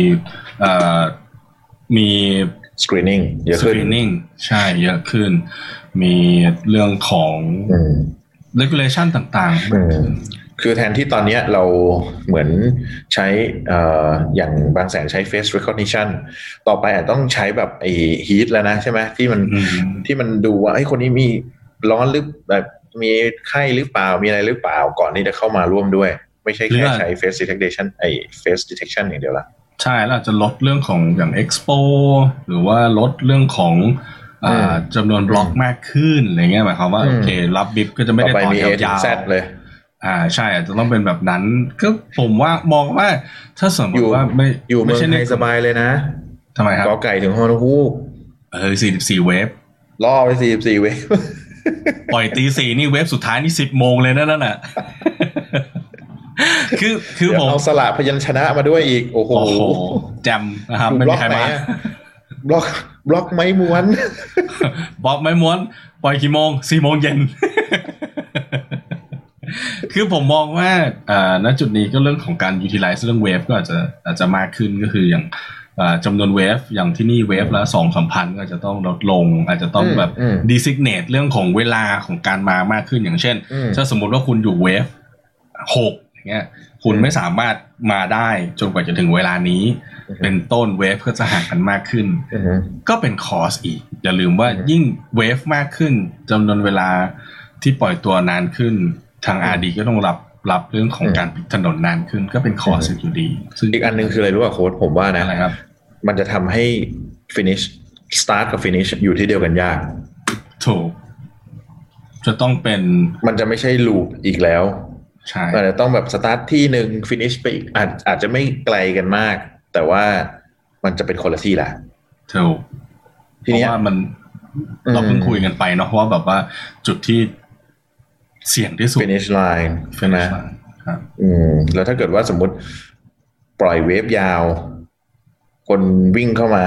screening เยอะขึ้น screening ใช่เยอะขึ้นมีเรื่องของ regulation ต่างๆคือแทนที่ตอนนี้เราเหมือนใช้อย่างบางแสนใช้ face recognition ต่อไปอาจต้องใช้แบบไอ้ heat แล้วนะใช่ไหมที่มันดูว่าไอ้คนนี้มีร้อนหรือแบบมีไข้หรือเปล่ามีอะไรหรือเปล่าก่อนที่จะเข้ามาร่วมด้วยไม่ใช่แค่ใช้ face detection face detection อย่างเดียวละใช่แล้วจะลดเรื่องของอย่าง expo หรือว่าลดเรื่องของจำนวนบล็อกมากขึ้นอะไรเงี้ยหมายความว่าโอเครับบิฟก็จะไม่ได้ต่อยาวๆเลยใช่อาจจะต้องเป็นแบบนั้นก็ผมว่ามองว่าถ้าสมมติว่าไม่ใช่ในสบายเลยนะทำไมครับกอไก่ถึงฮอนฮูก 44เวฟล่อไป44เวฟปล่อยตี4นี่เวฟสุดท้ายนี่10โมงเลยนั่นน่ะคือผมเอาสละพยัญชนะมาด้วยอีกโอ้โหแจมนะครับไม่มีใครมาบล็อกไม้ม้วนบล็อกไม้ม้วนปล่อยกี่โมง4โมงเย็นคือผมมองว่าณจุดนี้ก็เรื่องของการ utilize เรื่องเวฟก็อาจจะมากขึ้นก็คืออย่างจำนวนเวฟอย่างที่นี่เวฟละ 2-3 พันก็จะต้องลดลงอาจจะต้องแบบ designate เรื่องของเวลาของการมามากขึ้นอย่างเช่นถ้าสมมติว่าคุณอยู่เวฟ6อย่างเงี้ยคุณไม่สามารถมาได้จนกว่าจะถึงเวลานี้เป็นต้นเวฟก็จะห่างกันมากขึ้นก็เป็นคอสอีกอย่าลืมว่ายิ่งเวฟมากขึ้นจำนวนเวลาที่ปล่อยตัวนานขึ้นทาง RD ก็ต้องรับเรื่องของการปิดถนนนานขึ้นก็เป็นคอสอยู่ดีอีกอันนึงคืออะไรรู้ป่ะโค้ชผมว่านะมันจะทำให้ finish start กับ finish อยู่ที่เดียวกันยากถูกจะต้องเป็นมันจะไม่ใช่ลูปอีกแล้วใช่อาจจะต้องแบบสตาร์ทที่หนึ่งฟินิชไปอีกอาจจะไม่ไกลกันมากแต่ว่ามันจะเป็นคนละที่แหละถูกทีนี้ว่ามันเราเพิ่งคุยกันไปเนาะว่าแบบว่าจุดที่เสี่ยงที่สุด finish line ใช่ไหมครับแล้วถ้าเกิดว่าสมมุติปล่อยเวฟยาวคนวิ่งเข้ามา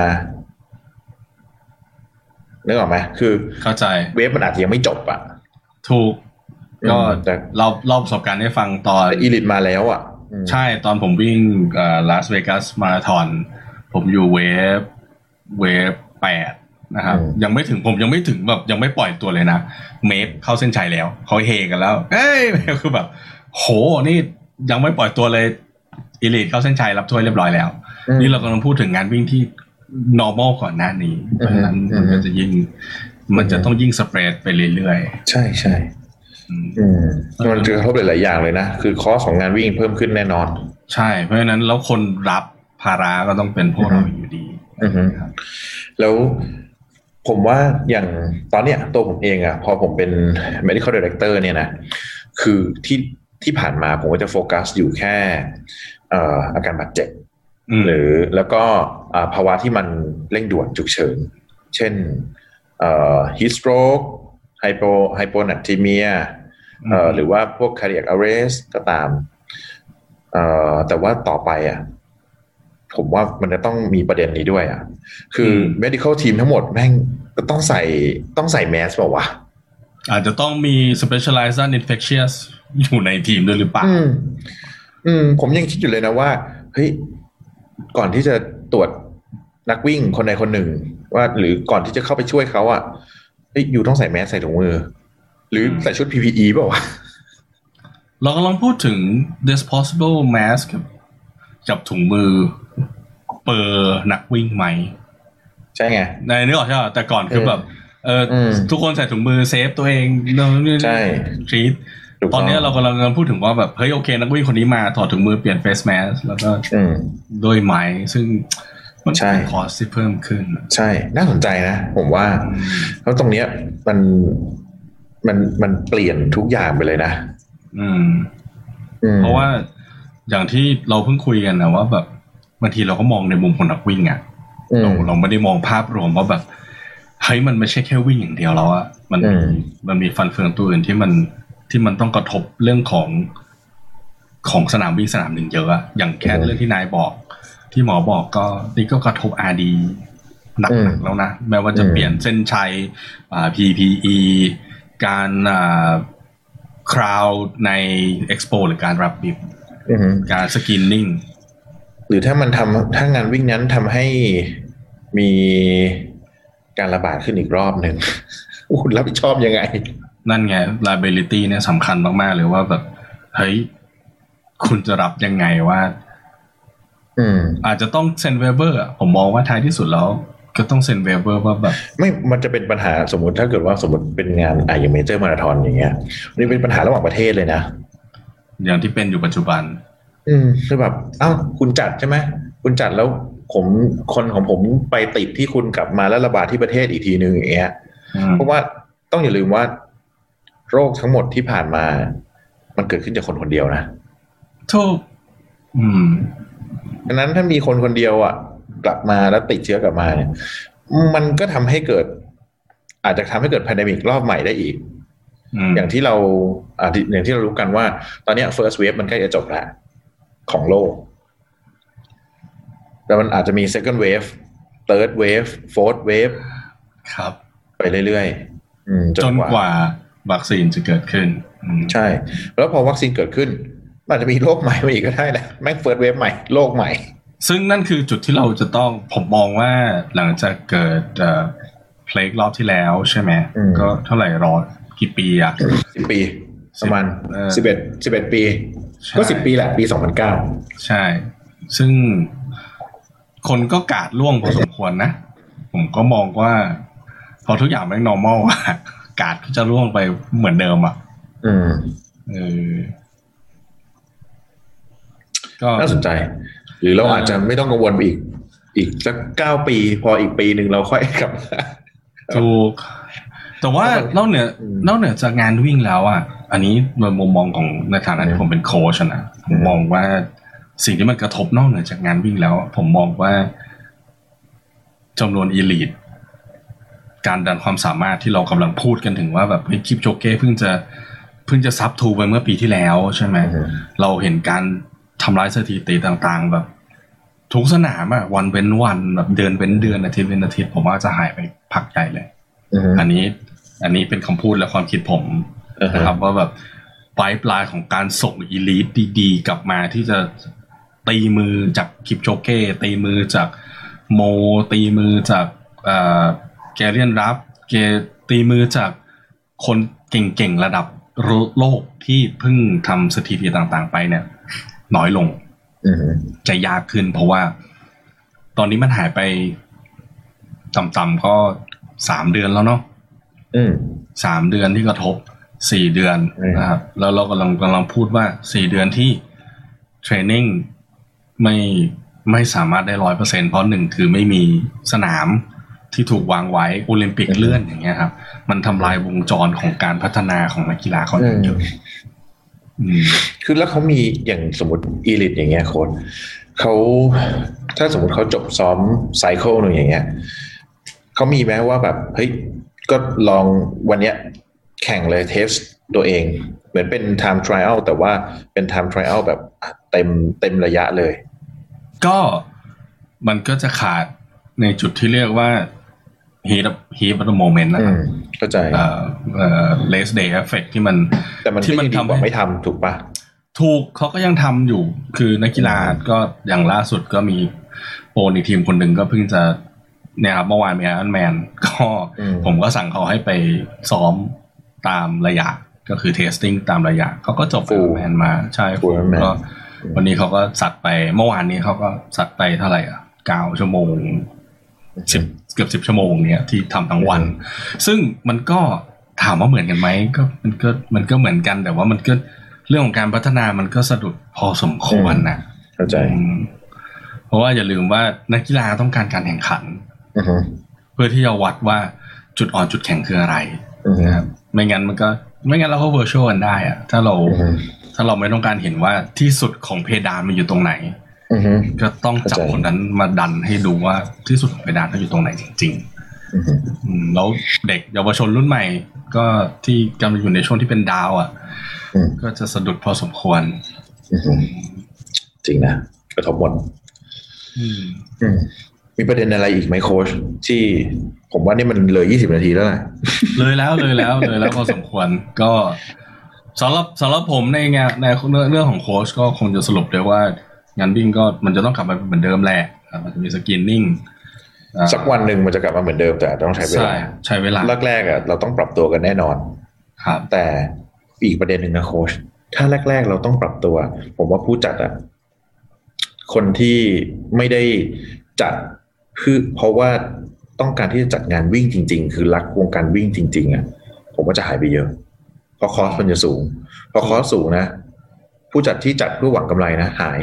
นึกออกไหมคือเข้าใจเวฟมันอาจจะยังไม่จบอ่ะถูกก็เราประสบการณ์ให้ฟังตอนอีลิทมาแล้วอ่ะใช่ตอนผมวิ่งลาสเวกัสมาราธอนผมอยู่เวฟ8นะครับผมยังไม่ถึงแบบยังไม่ปล่อยตัวเลยนะเมฟเข้าเส้นชัยแล้วเขาเฮกันแล้วเอ้ยคือแบบโหนี่ยังไม่ปล่อยตัวเลยอีลิทเข้าเส้นชัยรับถ้วยเรียบร้อยแล้วนี่เรากำลังพูดถึงงานวิ่งที่ normal ก่อนหน้านี้เพราะฉะนั้นมันก็จะยิ่งมันจะต้องยิ่งสเปรดไปเรื่อยๆใช่ใช่มันจะกระทบหลายๆอย่างเลยนะคือคอสของงานวิ่งเพิ่มขึ้นแน่นอนใช่เพราะฉะนั้นแล้วคนรับภาระก็ต้องเป็นพวกเราอยู่ดีแล้วผมว่าอย่างตอนเนี้ยตัวผมเองอ่ะพอผมเป็น medical director เนี่ยนะคือที่ผ่านมาผมก็จะโฟกัสอยู่แค่อาการบาดเจ็บหรือแล้วก็ภาวะที่มันเร่งด่วนฉุกเฉินเช่นheat stroke hyponatremia หรือว่าพวก cardiac arrest ก็ตามแต่ว่าต่อไปอ่ะผมว่ามันจะต้องมีประเด็นนี้ด้วยอ่ะคือ medical team ทั้งหมดแม่งก็ต้องใส่แมสเปล่าวะอาจจะต้องมี specialized infectious อยู่ในทีมด้วยหรือเปล่าผมยังคิดอยู่เลยนะว่าเฮ้ยก่อนที่จะตรวจนักวิ่งคนใดคนหนึ่งว่าหรือก่อนที่จะเข้าไปช่วยเขาอ่ะอยู่ต้องใส่แมสใส่ถุงมือหรือใส่ชุด PPE เปล่าวะเรากำลังพูดถึง disposable mask กับถุงมือเปอร์นักวิ่งไหมใช่ไงในนึกออกใช่ป่ะแต่ก่อนคือแบบทุกคนใส่ถุงมือเซฟตัวเองใช่ทรีตตอนนี้เรากำลังพูดถึงว่าแบบเฮ้ยโอเคนักวิ่งคนนี้มาถอดถุงมือเปลี่ยนเฟสแมสแล้วก็โดยไหมซึ่งมันเป็นคอสที่เพิ่มขึ้นใช่น่าสนใจนะผมว่าเพราะตรงเนี้ยมันเปลี่ยนทุกอย่างไปเลยนะเพราะว่าอย่างที่เราเพิ่งคุยกันนะว่าแบบบางทีเราก็มองในมุมของนักวิ่งอ่ะเราไม่ได้มองภาพรวมว่าแบบเฮ้ยมันไม่ใช่แค่วิ่งอย่างเดียวแล้วอ่ะมันมีฟันเฟืองตัวอื่นที่มันต้องกระทบเรื่องของสนามวิ่งสนามหนึ่งเยอะอะอย่างแค่เรื่องที่นายบอกที่หมอบอกก็นี่ก็กระทบ RD หนักแล้วนะแม้ว่าจะเปลี่ยนเส้นชัยPPE การคราวใน Expo หรือการรับบิบการสกินนิ่งหรือถ้างานวิ่งนั้นทำให้มีการระบาดขึ้นอีกรอบหนึ่งคุณรับผิดชอบยังไงนั่นไง liability เนี่ยสำคัญมากๆเลยว่าแบบเฮ้ยคุณจะรับยังไงว่าอาจจะต้องเซ็นเวเบอร์ผมมองว่าท้ายที่สุดแล้วก็ต้องเซ็นเวเบอร์ว่าแบบไม่มันจะเป็นปัญหาสมมติถ้าเกิดว่าสมมติเป็นงานอย่างเมเจอร์มาราธอนอย่างเงี้ยนี่เป็นปัญหาระหว่างประเทศเลยนะอย่างที่เป็นอยู่ปัจจุบันคือแบบคุณจัดใช่ไหมคุณจัดแล้วคนของผมไปติดที่คุณกลับมาแล้วระบาดที่ประเทศอีกทีนึงอย่างเงี้ยเพราะว่าต้องอย่าลืมว่าโรคทั้งหมดที่ผ่านมามันเกิดขึ้นจากคนคนเดียวนะถูกดังนั้นถ้ามีคนคนเดียวกลับมาแล้วติดเชื้อกลับมาเนี่ยมันก็ทำให้เกิดอาจจะทำให้เกิด pandemic รอบใหม่ได้อีกอย่างที่เรารู้กันว่าตอนนี้ first wave มันใกล้จะจบแล้วของโลกแต่มันอาจจะมี second wave third wave fourth wave ครับไปเรื่อยๆจนกว่าวัคซีนจะเกิดขึ้นใช่แล้วพอวัคซีนเกิดขึ้นมันจะมีโรคใหม่มาอีกก็ได้นะแม่ง first wave ใหม่โรคใหม่ซึ่งนั่นคือจุดที่เราจะต้องผมมองว่าหลังจากเกิดเพลกรอบที่แล้วใช่ไหมก็เท่าไหร่รอกี่ปี 10 ปีประมาณ11 ปีก็10 ปีแหละปี2009 ใช่ซึ่งคนก็กาดล่วงพอสมควรนะผมก็มองว่าพอทุกอย่างมัน normal กาดก็จะล่วงไปเหมือนเดิมก็น่าสนใจหรือเราอาจจะไม่ต้องกังวลไปอีกสัก9 ปีพออีกปีหนึ่งเราค่อยกลับถูกแต่ว่านอกเหนือจากงานวิ่งแล้วอ่ะอันนี้โดยมุมมองของในฐานะที่ผมเป็นโค้ชนะผมมองว่าสิ่งที่มันกระทบนอกเหนือจากงานวิ่งแล้วผมมองว่าจำนวนอีลีทการดันความสามารถที่เรากำลังพูดกันถึงว่าแบบคิปโจเก้เพิ่งจะซับทูไปเมื่อปีที่แล้วใช่ไหมเราเห็นการทำลายสถิติต่างๆแบบทุกสนามอะวันเว้นวันแบบเดือนเว้นเดือนอาทิตย์เว้นอาทิตย์ผมว่าจะหายไปพักใหญ่เลยอันนี้เป็นคำพูดและความคิดผมนะครับว่าแบบไพป์ไลน์ของการส่งอีลีทดีๆกลับมาที่จะตีมือจากคิปโจเก้ตีมือจากโมตีมือจากแกเรียนรับตีมือจากคนเก่งๆระดับโลกที่เพิ่งทำสถิติต่างๆไปเนี่ยน้อยลงจะยากขึ้นเพราะว่าตอนนี้มันหายไปต่ำๆก็3 เดือนแล้วเนาะ3 เดือนที่กระทบ4 เดือนนะครับแล้วเรากำลังพูดว่า4 เดือนที่เทรนนิ่งไม่สามารถได้ 100% เพราะ1คือไม่มีสนามที่ถูกวางไว้โอลิมปิกเลื่อนอย่างเงี้ยครับมันทำลายวงจรของการพัฒนาของนักกีฬาเขาเยอะคือแล้วเขามีอย่างสมมติอีลิทอย่างเงี้ยโค้ชเขาถ้าสมมติเขาจบซ้อมไซเคิลหนึ่งอย่างเงี้ยเขามีไหมว่าแบบเฮ้ยก็ลองวันเนี้ยแข่งเลยเทสตัวเองเหมือนเป็น time trial แต่ว่าเป็น time trial แบบเต็มระยะเลยก็มันก็จะขาดในจุดที่เรียกว่า heat of the moment นะครับเข้าใจ last day effect ที่มันแต่มันที่มันทำไม่ทำถูกปะถูกเขาก็ยังทำอยู่คือนักกีฬาก็อย่างล่าสุดก็มีโปรในทีมคนหนึ่งก็เพิ่งจะเนี่ยครับเมื่อวานมีอันแมนก็ผมก็สั่งเขาให้ไปซ้อมตามระยะก็คือ testing ตามระยะเขาก็จบ full แมนมาใช่ก็วันนี้เขาก็สัตว์ไปเมื่อวานนี้เขาก็สัตว์ไปเท่าไหร่9 ชั่วโมงเกือบ10 ชั่วโมงเนี่ยที่ทำทั้งวันซึ่งมันก็ถามว่าเหมือนกันไหมก็มันก็เหมือนกันแต่ว่ามันก็เรื่องของการพัฒนามันก็สะดุดพอสมควรนะเข้าใจเพราะว่าอย่าลืมว่านักกีฬาต้องการการแข่งขันเพื่อที่จะวัดว่าจุดอ่อนจุดแข็งคืออะไรนะครับไม่งั้นเราก็ virtual กันได้อะถ้าเราไม่ต้องการเห็นว่าที่สุดของเพดานมันอยู่ตรงไหนก็ต้องจับคนนั้นมาดันให้ดูว่าที่สุดของเพดานเขาอยู่ตรงไหนจริงๆแล้วเด็กเยาวชนรุ่นใหม่ก็ที่กำลังอยู่ในช่วงที่เป็นดาวอ่ะก็จะสะดุดพอสมควรจริงนะกระทบหมดมีประเด็นอะไรอีกไหมโค้ชที่ผมว่านี่มันเลย20 นาทีแล้วนะเลยแล้วพอสมควรก็สำหรับผมในเรื่องของโค้ชก็คงจะสรุปได้ว่างานวิ่งก็มันจะต้องกลับมาเหมือนเดิมแหละมันจะมีสกรีนนิ่งสักวันหนึ่งมันจะกลับมาเหมือนเดิมแต่ต้องใช้เวลาแรกๆเราต้องปรับตัวกันแน่นอนครับแต่อีกประเด็นหนึ่งนะโค้ชถ้าแรกๆเราต้องปรับตัวผมว่าผู้จัดคนที่ไม่ได้จัดคือเพราะว่าต้องการที่จะจัดงานวิ่งจริงๆคือรักวงการวิ่งจริงๆผมว่าจะหายไปเยอะเพราะคอสมันจะสูงพอคอสสูงนะผู้จัดที่จัดเพื่อหวังกำไรนะหาย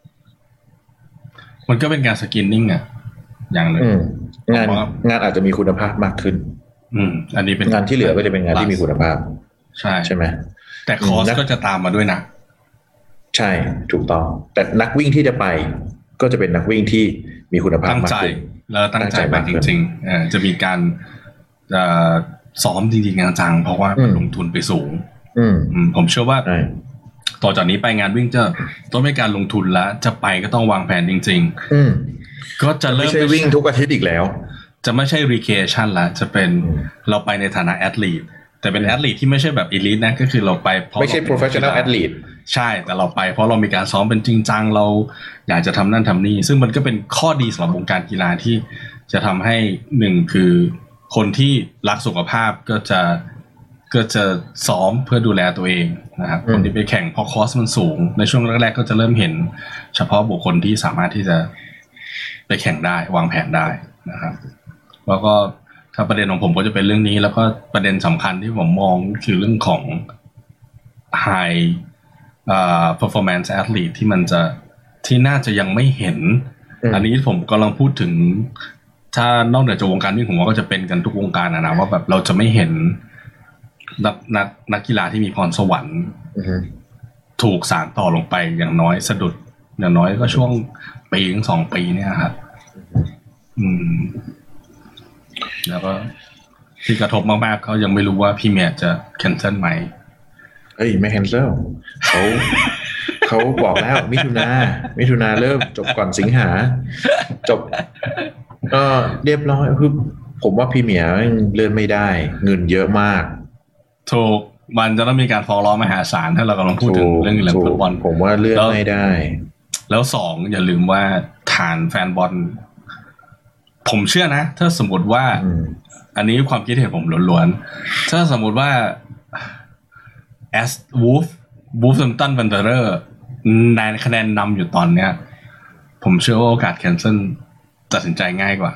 มันก็เป็นการสกรีนนิ่งอย่างนึงงานอาจจะมีคุณภาพมากขึ้นอันนี้เป็นงานที่เหลือก็จะเป็นงานที่มีคุณภาพใช่ไหมแต่คอสก็จะตามมาด้วยนะใช่ถูกต้องแต่นักวิ่งที่จะไปก็จะเป็นนักวิ่งที่มีคุณภาพมากขึ้นแล้วตั้งใจไปจริงๆจะมีการซ้อมจริงๆจังๆเพราะว่ามันลงทุนไปสูงผมเชื่อว่าต่อจากนี้ไปงานวิ่งจะต้องมีการลงทุนแล้วจะไปก็ต้องวางแผนจริงๆก็จะเริ่มไม่ใช่วิ่งทุกอาทิตย์อีกแล้วจะไม่ใช่ recreation ละจะเป็นเราไปในฐานะ athlete แต่เป็น athlete ที่ไม่ใช่แบบ elite นะก็คือเราไปเพราะไม่ใช่ professional athlete ใช่แต่เราไปเพราะเรามีการซ้อมเป็นจริงจังเราอยากจะทำนั่นทำนี่ซึ่งมันก็เป็นข้อดีสำหรับวงการกีฬาที่จะทำให้หนึ่งคือคนที่รักสุขภาพก็จะซ้อมเพื่อดูแลตัวเองนะครับคนที่ไปแข่งเพราะคอสมันสูงในช่วงแรกๆก็จะเริ่มเห็นเฉพาะบุคคลที่สามารถที่จะไปแข่งได้วางแผนได้นะครับแล้วก็ถ้าประเด็นของผมก็จะเป็นเรื่องนี้แล้วก็ประเด็นสำคัญที่ผมมองคือเรื่องของ high performance athlete ที่น่าจะยังไม่เห็นอันนี้ผมกำลังพูดถึงถ้านอกเหนือจากวงการวิ่งผมว่าก็จะเป็นกันทุกวงการนะว่าแบบเราจะไม่เห็นนักกีฬาที่มีพรสวรรค์ถูกสานต่อลงไปอย่างน้อยสะดุดอย่างน้อยก็ช่วงปีถึง2 ปีเนี่ยครับแล้วก็ที่กระทบมากๆเขายังไม่รู้ว่าพี่เมียจะแคนเซิลไหมเฮ้ยไม่แคนเซิลเขาบอกแล้วมิถุนาเริ่มจบก่อนสิงหาจบก็เรียบร้อยคือผมว่าพี่เมียเลื่อนไม่ได้เงินเยอะมากถูกมันจะต้องมีการฟ้องร้องมหาศาลถ้าเรากำลังพูดถึงเรื่องฟุตบอลผมว่าเลื่อนไม่ได้แล้ว2อย่าลืมว่าฐานแฟนบอลผมเชื่อนะถ้าสมมติว่าอันนี้ความคิดเห็นผมล้วนๆถ้าสมมติว่าแอสวูฟซัมตันวันเดอร์ในคะแนนนำอยู่ตอนเนี้ยผมเชื่อว่าโอกาสแคนเซิลตัดสินใจง่ายกว่า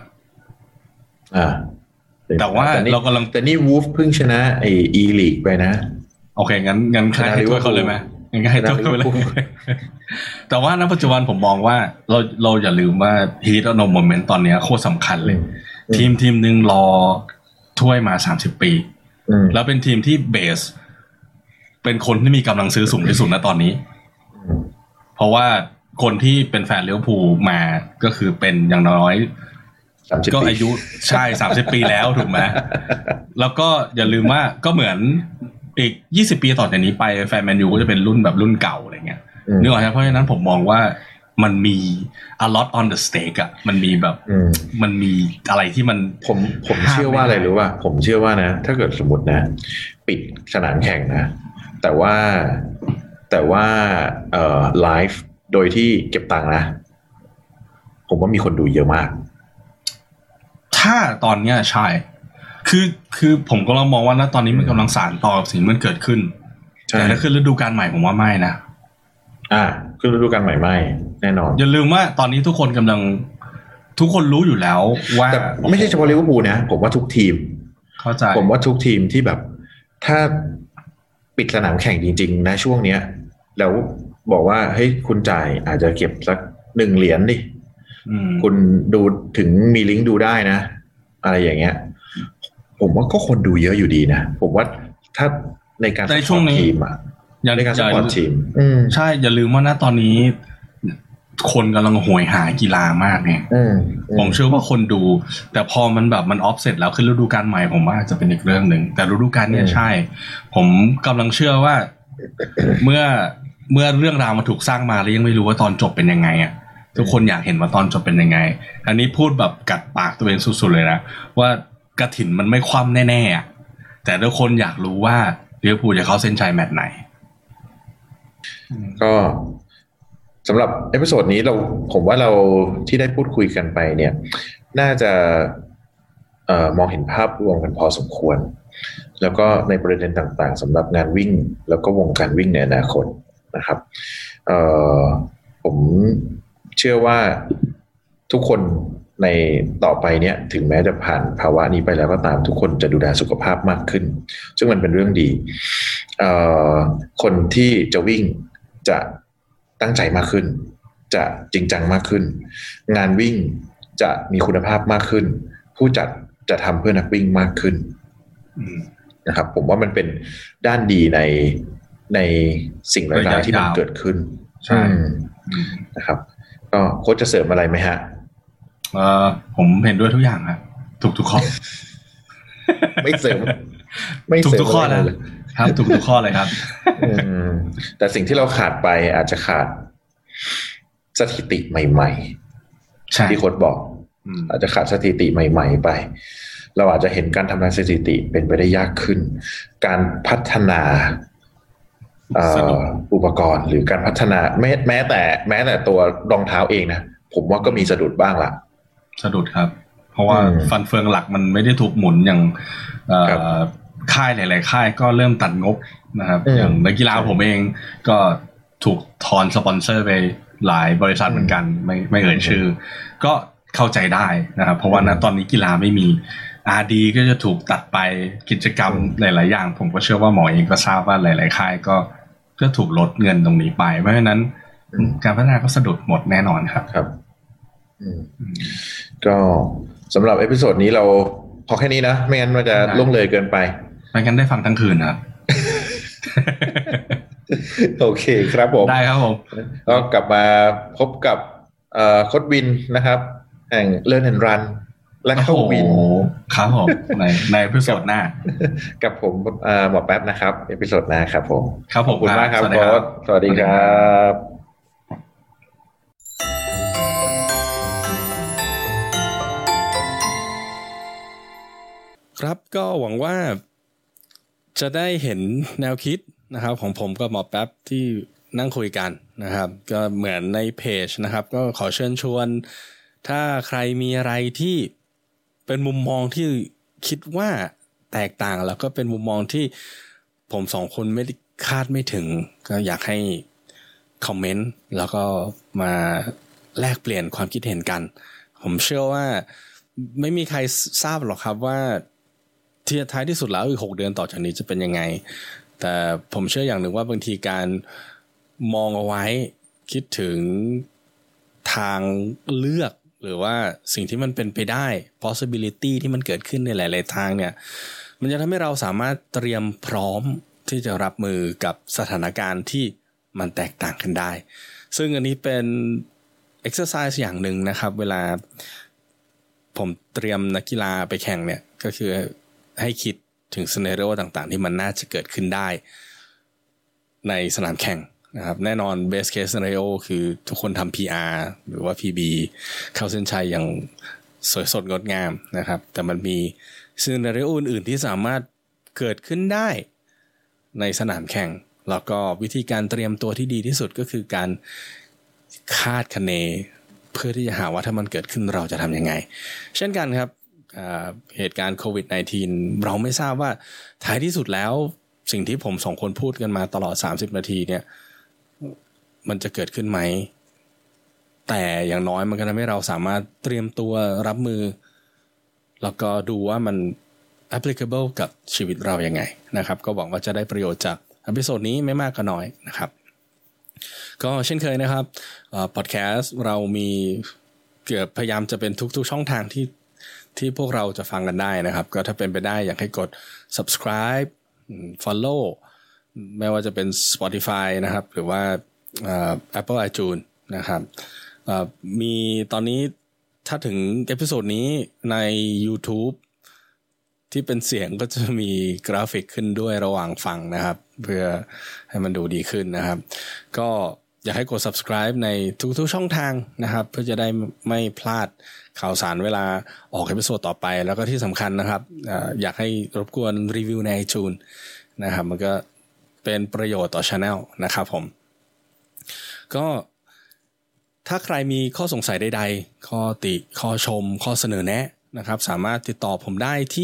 แต่ว่าเรากำลังแต่นี่วูฟเพิ่งชนะไอ้อีลีกไปนะโอเคงั้นให้ถ้วยเขาเลยไหมงั้นให้ถ้วยเขาเลยแต่ว่าณปัจจุบันผมมองว่าเราอย่าลืมว่าฮีทโนโมเมนต์ตอนนี้โคตรสำคัญเลยทีมนึงรอถ้วยมา30 ปีแล้วเป็นทีมที่เบสเป็นคนที่มีกำลังซื้อสูงที่สุดณตอนนี้เพราะว่าคนที่เป็นแฟนลิเวอร์พูลมาก็คือเป็นอย่างน้อยก็อายุใช่30 ปีแล้วถูกไหมแล้วก็อย่าลืมว่าก็เหมือนอีก20 ปีต่อจากนี้ไปแฟนแมนยูก็จะเป็นรุ่นแบบรุ่นเก่าอะไรเงี้ยนึกออกไหมเพราะฉะนั้นผมมองว่ามันมี a lot on the stake อ่ะมันมีแบบมันมีอะไรที่มันผมเชื่อว่าอะไรรู้ป่ะผมเชื่อว่านะถ้าเกิดสมมตินะปิดสนามแข่งนะแต่ว่าไลฟ์โดยที่เก็บตังค์นะผมว่ามีคนดูเยอะมากถ้าตอนเนี้ยใช่คือผมก็ลองมองว่าณตอนนี้มันกำลังสานต่อกับสิ่งมันเกิดขึ้นแต่ถ้าขึ้นฤดูกาลใหม่ผมว่าไม่นะขึ้นฤดูกาลใหม่ไม่แน่นอนอย่าลืมว่าตอนนี้ทุกคนรู้อยู่แล้วว่าแต่ไม่ใช่เฉพาะลิเวอร์พูลนะผมว่าทุกทีมเข้าใจผมว่าทุกทีมที่แบบถ้าปิดสนามแข่งจริงๆนะช่วงเนี้ยแล้วบอกว่าเฮ้ยคุณจ่ายอาจจะเก็บสัก1 เหรียญดิคุณดูถึงมีลิงก์ดูได้นะอะไรอย่างเงี้ยผมว่าก็คนดูเยอะอยู่ดีนะผมว่าถ้าในการในช่วงนี้ทีมอ่ะในการสปอร์ตทีมใช่อย่าลืมว่านะตอนนี้คนกำลังโหยหากีฬามากเนี่ยผมเชื่อว่าคนดูแต่พอมันแบบมันออฟเซตแล้วขึ้นฤดูกาลใหม่ผมว่าจะเป็นอีกเรื่องนึงแต่ฤดูกาลนี้ใช่ผมกำลังเชื่อว่าเมื่อเรื่องราวมาถูกสร้างมาแล้วยังไม่รู้ว่าตอนจบเป็นยังไงอ่ะทุกคนอยากเห็นว่าตอนจบเป็นยังไงอันนี้พูดแบบกัดปากตัวเองสุดๆเลยนะว่ากฐินมันไม่คว่ำแน่ๆแต่ทุกคนอยากรู้ว่าลิเวอร์พูลจะเข้าเส้นชัยแมตช์ไหนก็สำหรับเอพิโซดนี้ผมว่าเราที่ได้พูดคุยกันไปเนี่ยน่าจะมองเห็นภาพรวมกันพอสมควรแล้วก็ในประเด็นต่างๆสำหรับงานวิ่งแล้วก็วงการวิ่งในอนาคตนะครับผมเชื่อว่าทุกคนในต่อไปเนี่ยถึงแม้จะผ่านภาวะนี้ไปแล้วก็ตามทุกคนจะดูแลสุขภาพมากขึ้นซึ่งมันเป็นเรื่องดีคนที่จะวิ่งจะตั้งใจมากขึ้นจะจริงจังมากขึ้นงานวิ่งจะมีคุณภาพมากขึ้นผู้จัดจะทำเพื่อนักวิ่งมากขึ้นนะครับผมว่ามันเป็นด้านดีในสิ่งหลายๆที่มันเกิดขึ้นใช่นะครับก็โค้ชจะเสริมอะไรไหมฮะผมเห็นด้วยทุกอย่างครับทุกข้อไม่เสริมทุกข้อแล้วครับทุกข้อเลยครับแต่สิ่งที่เราขาดไปอาจจะขาดสถิติใหม่ๆที่โค้ชบอกอาจจะขาดสถิติใหม่ๆไปเราอาจจะเห็นการทำลายสถิติเป็นไปได้ยากขึ้นการพัฒนาอุปกรณ์หรือการพัฒนาแม้แต่ตัวรองเท้าเองนะผมว่าก็มีสะดุดบ้างละสะดุดครับเพราะว่าฟันเฟืองหลักมันไม่ได้ถูกหมุนอย่างค่ายหลายๆค่ายก็เริ่มตัดงบนะครับอย่างนักกีฬาผมเองก็ถูกถอนสปอนเซอร์ไปหลายบริษัทเหมือนกันไม่เอ่ยชื่อก็เข้าใจได้นะครับเพราะว่าณตอนนี้กีฬาไม่มีRD ก็จะถูกตัดไปกิจกรรมหลายๆอย่างผมก็เชื่อว่าหมอเองก็ทราบว่าหลายๆค่ายก็ถูกลดเงินตรงนี้ไปเพราะฉะนั้นการพัฒนาก็สะดุดหมดแน่นอนครับก็สำหรับเอพิโซดนี้เราพอแค่นี้นะไม่งั้นมันจะล่วงเลยเกินไปไม่งั้นได้ฟังทั้งคืนครับโอเคครับผมได้ครับผมก็กลับมาพบกับโค้ชวินนะครับแห่ง Learn and Run และเข้าวินครับผมในเอพิโซดหน้ากับผมหมอแป๊บนะครับเอพิโซดหน้าครับผมครับผมขอบคุณมากครับโค้ชสวัสดีครับครับก็หวังว่าจะได้เห็นแนวคิดนะครับของผมกับหมอแป๊บที่นั่งคุยกันนะครับก็เหมือนในเพจนะครับก็ขอเชิญชวนถ้าใครมีอะไรที่เป็นมุมมองที่คิดว่าแตกต่างแล้วก็เป็นมุมมองที่ผมสองคนไม่ได้คาดไม่ถึงก็อยากให้คอมเมนต์แล้วก็มาแลกเปลี่ยนความคิดเห็นกันผมเชื่อว่าไม่มีใครทราบหรอกครับว่าที่ท้ายที่สุดแล้วอีก6 เดือนต่อจากนี้จะเป็นยังไงแต่ผมเชื่ออย่างหนึ่งว่าบางทีการมองเอาไว้คิดถึงทางเลือกหรือว่าสิ่งที่มันเป็นไปได้ possibility ที่มันเกิดขึ้นในหลายๆทางเนี่ยมันจะทำให้เราสามารถเตรียมพร้อมที่จะรับมือกับสถานการณ์ที่มันแตกต่างกันได้ซึ่งอันนี้เป็น exercise อย่างหนึ่งนะครับเวลาผมเตรียมนักกีฬาไปแข่งเนี่ยก็คือให้คิดถึงซีนาริโอต่างๆที่มันน่าจะเกิดขึ้นได้ในสนามแข่งนะครับแน่นอน best case scenario คือทุกคนทำ PR หรือว่า PB เข้าเส้นชัยอย่างสวยสดงดงามนะครับแต่มันมีซีนาริโออื่นๆที่สามารถเกิดขึ้นได้ในสนามแข่งแล้วก็วิธีการเตรียมตัวที่ดีที่สุดก็คือการคาดคะเนเพื่อที่จะหาว่าถ้ามันเกิดขึ้นเราจะทำยังไงเช่นกันครับเหตุการณ์โควิด -19 เราไม่ทราบว่าท้ายที่สุดแล้วสิ่งที่ผม2 คนพูดกันมาตลอด30 นาทีเนี่ยมันจะเกิดขึ้นไหมแต่อย่างน้อยมันก็ทำให้เราสามารถเตรียมตัวรับมือแล้วก็ดูว่ามัน applicable กับชีวิตเรายังไงนะครับก็หวังว่าจะได้ประโยชน์จากเอพิโซดนี้ไม่มากก็น้อยนะครับก็เช่นเคยนะครับพอดแคสต์เรามีเกือบพยายามจะเป็นทุกช่องทางที่พวกเราจะฟังกันได้นะครับก็ถ้าเป็นไปได้อยากให้กด subscribe follow ไม่ว่าจะเป็น Spotify นะครับหรือว่าApple iTunes นะครับมีตอนนี้ถ้าถึงเอพิโซดนี้ใน YouTube ที่เป็นเสียงก็จะมีกราฟิกขึ้นด้วยระหว่างฟังนะครับเพื่อให้มันดูดีขึ้นนะครับก็อยากให้กด subscribe ในทุกช่องทางนะครับเพื่อจะได้ไม่พลาดข่าวสารเวลาออกเอพิโซดต่อไปแล้วก็ที่สำคัญนะครับอยากให้รบกวนรีวิวใน iTunes นะครับมันก็เป็นประโยชน์ต่อ channel นะครับผมก็ถ้าใครมีข้อสงสัยใดๆข้อติข้อชมข้อเสนอแนะนะครับสามารถติดต่อผมได้ที่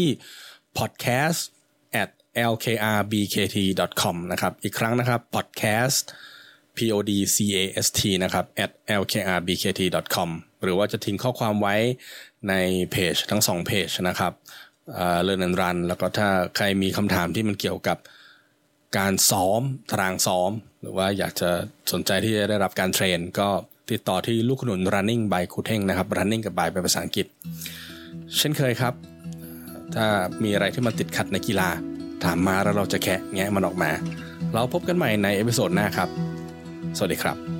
podcast@lkrbkt.com นะครับอีกครั้งนะครับ podcast podcast นะครับ @lkrbkt.com หรือว่าจะทิ้งข้อความไว้ในเพจทั้ง2เพจนะครับLearn and Run แล้วก็ถ้าใครมีคำถามที่มันเกี่ยวกับการซ้อมตารางซ้อมหรือว่าอยากจะสนใจที่จะได้รับการเทรนก็ติดต่อที่ลูกขนุน Running by ครูเท่งนะครับ Running กับ by เป็นภาษาอังกฤษเช่นเคยครับถ้ามีอะไรที่มันติดขัดในกีฬาถามมาแล้วเราจะแงะมันออกมาเราพบกันใหม่ในเอพิโซดหน้าครับสวัสดีครับ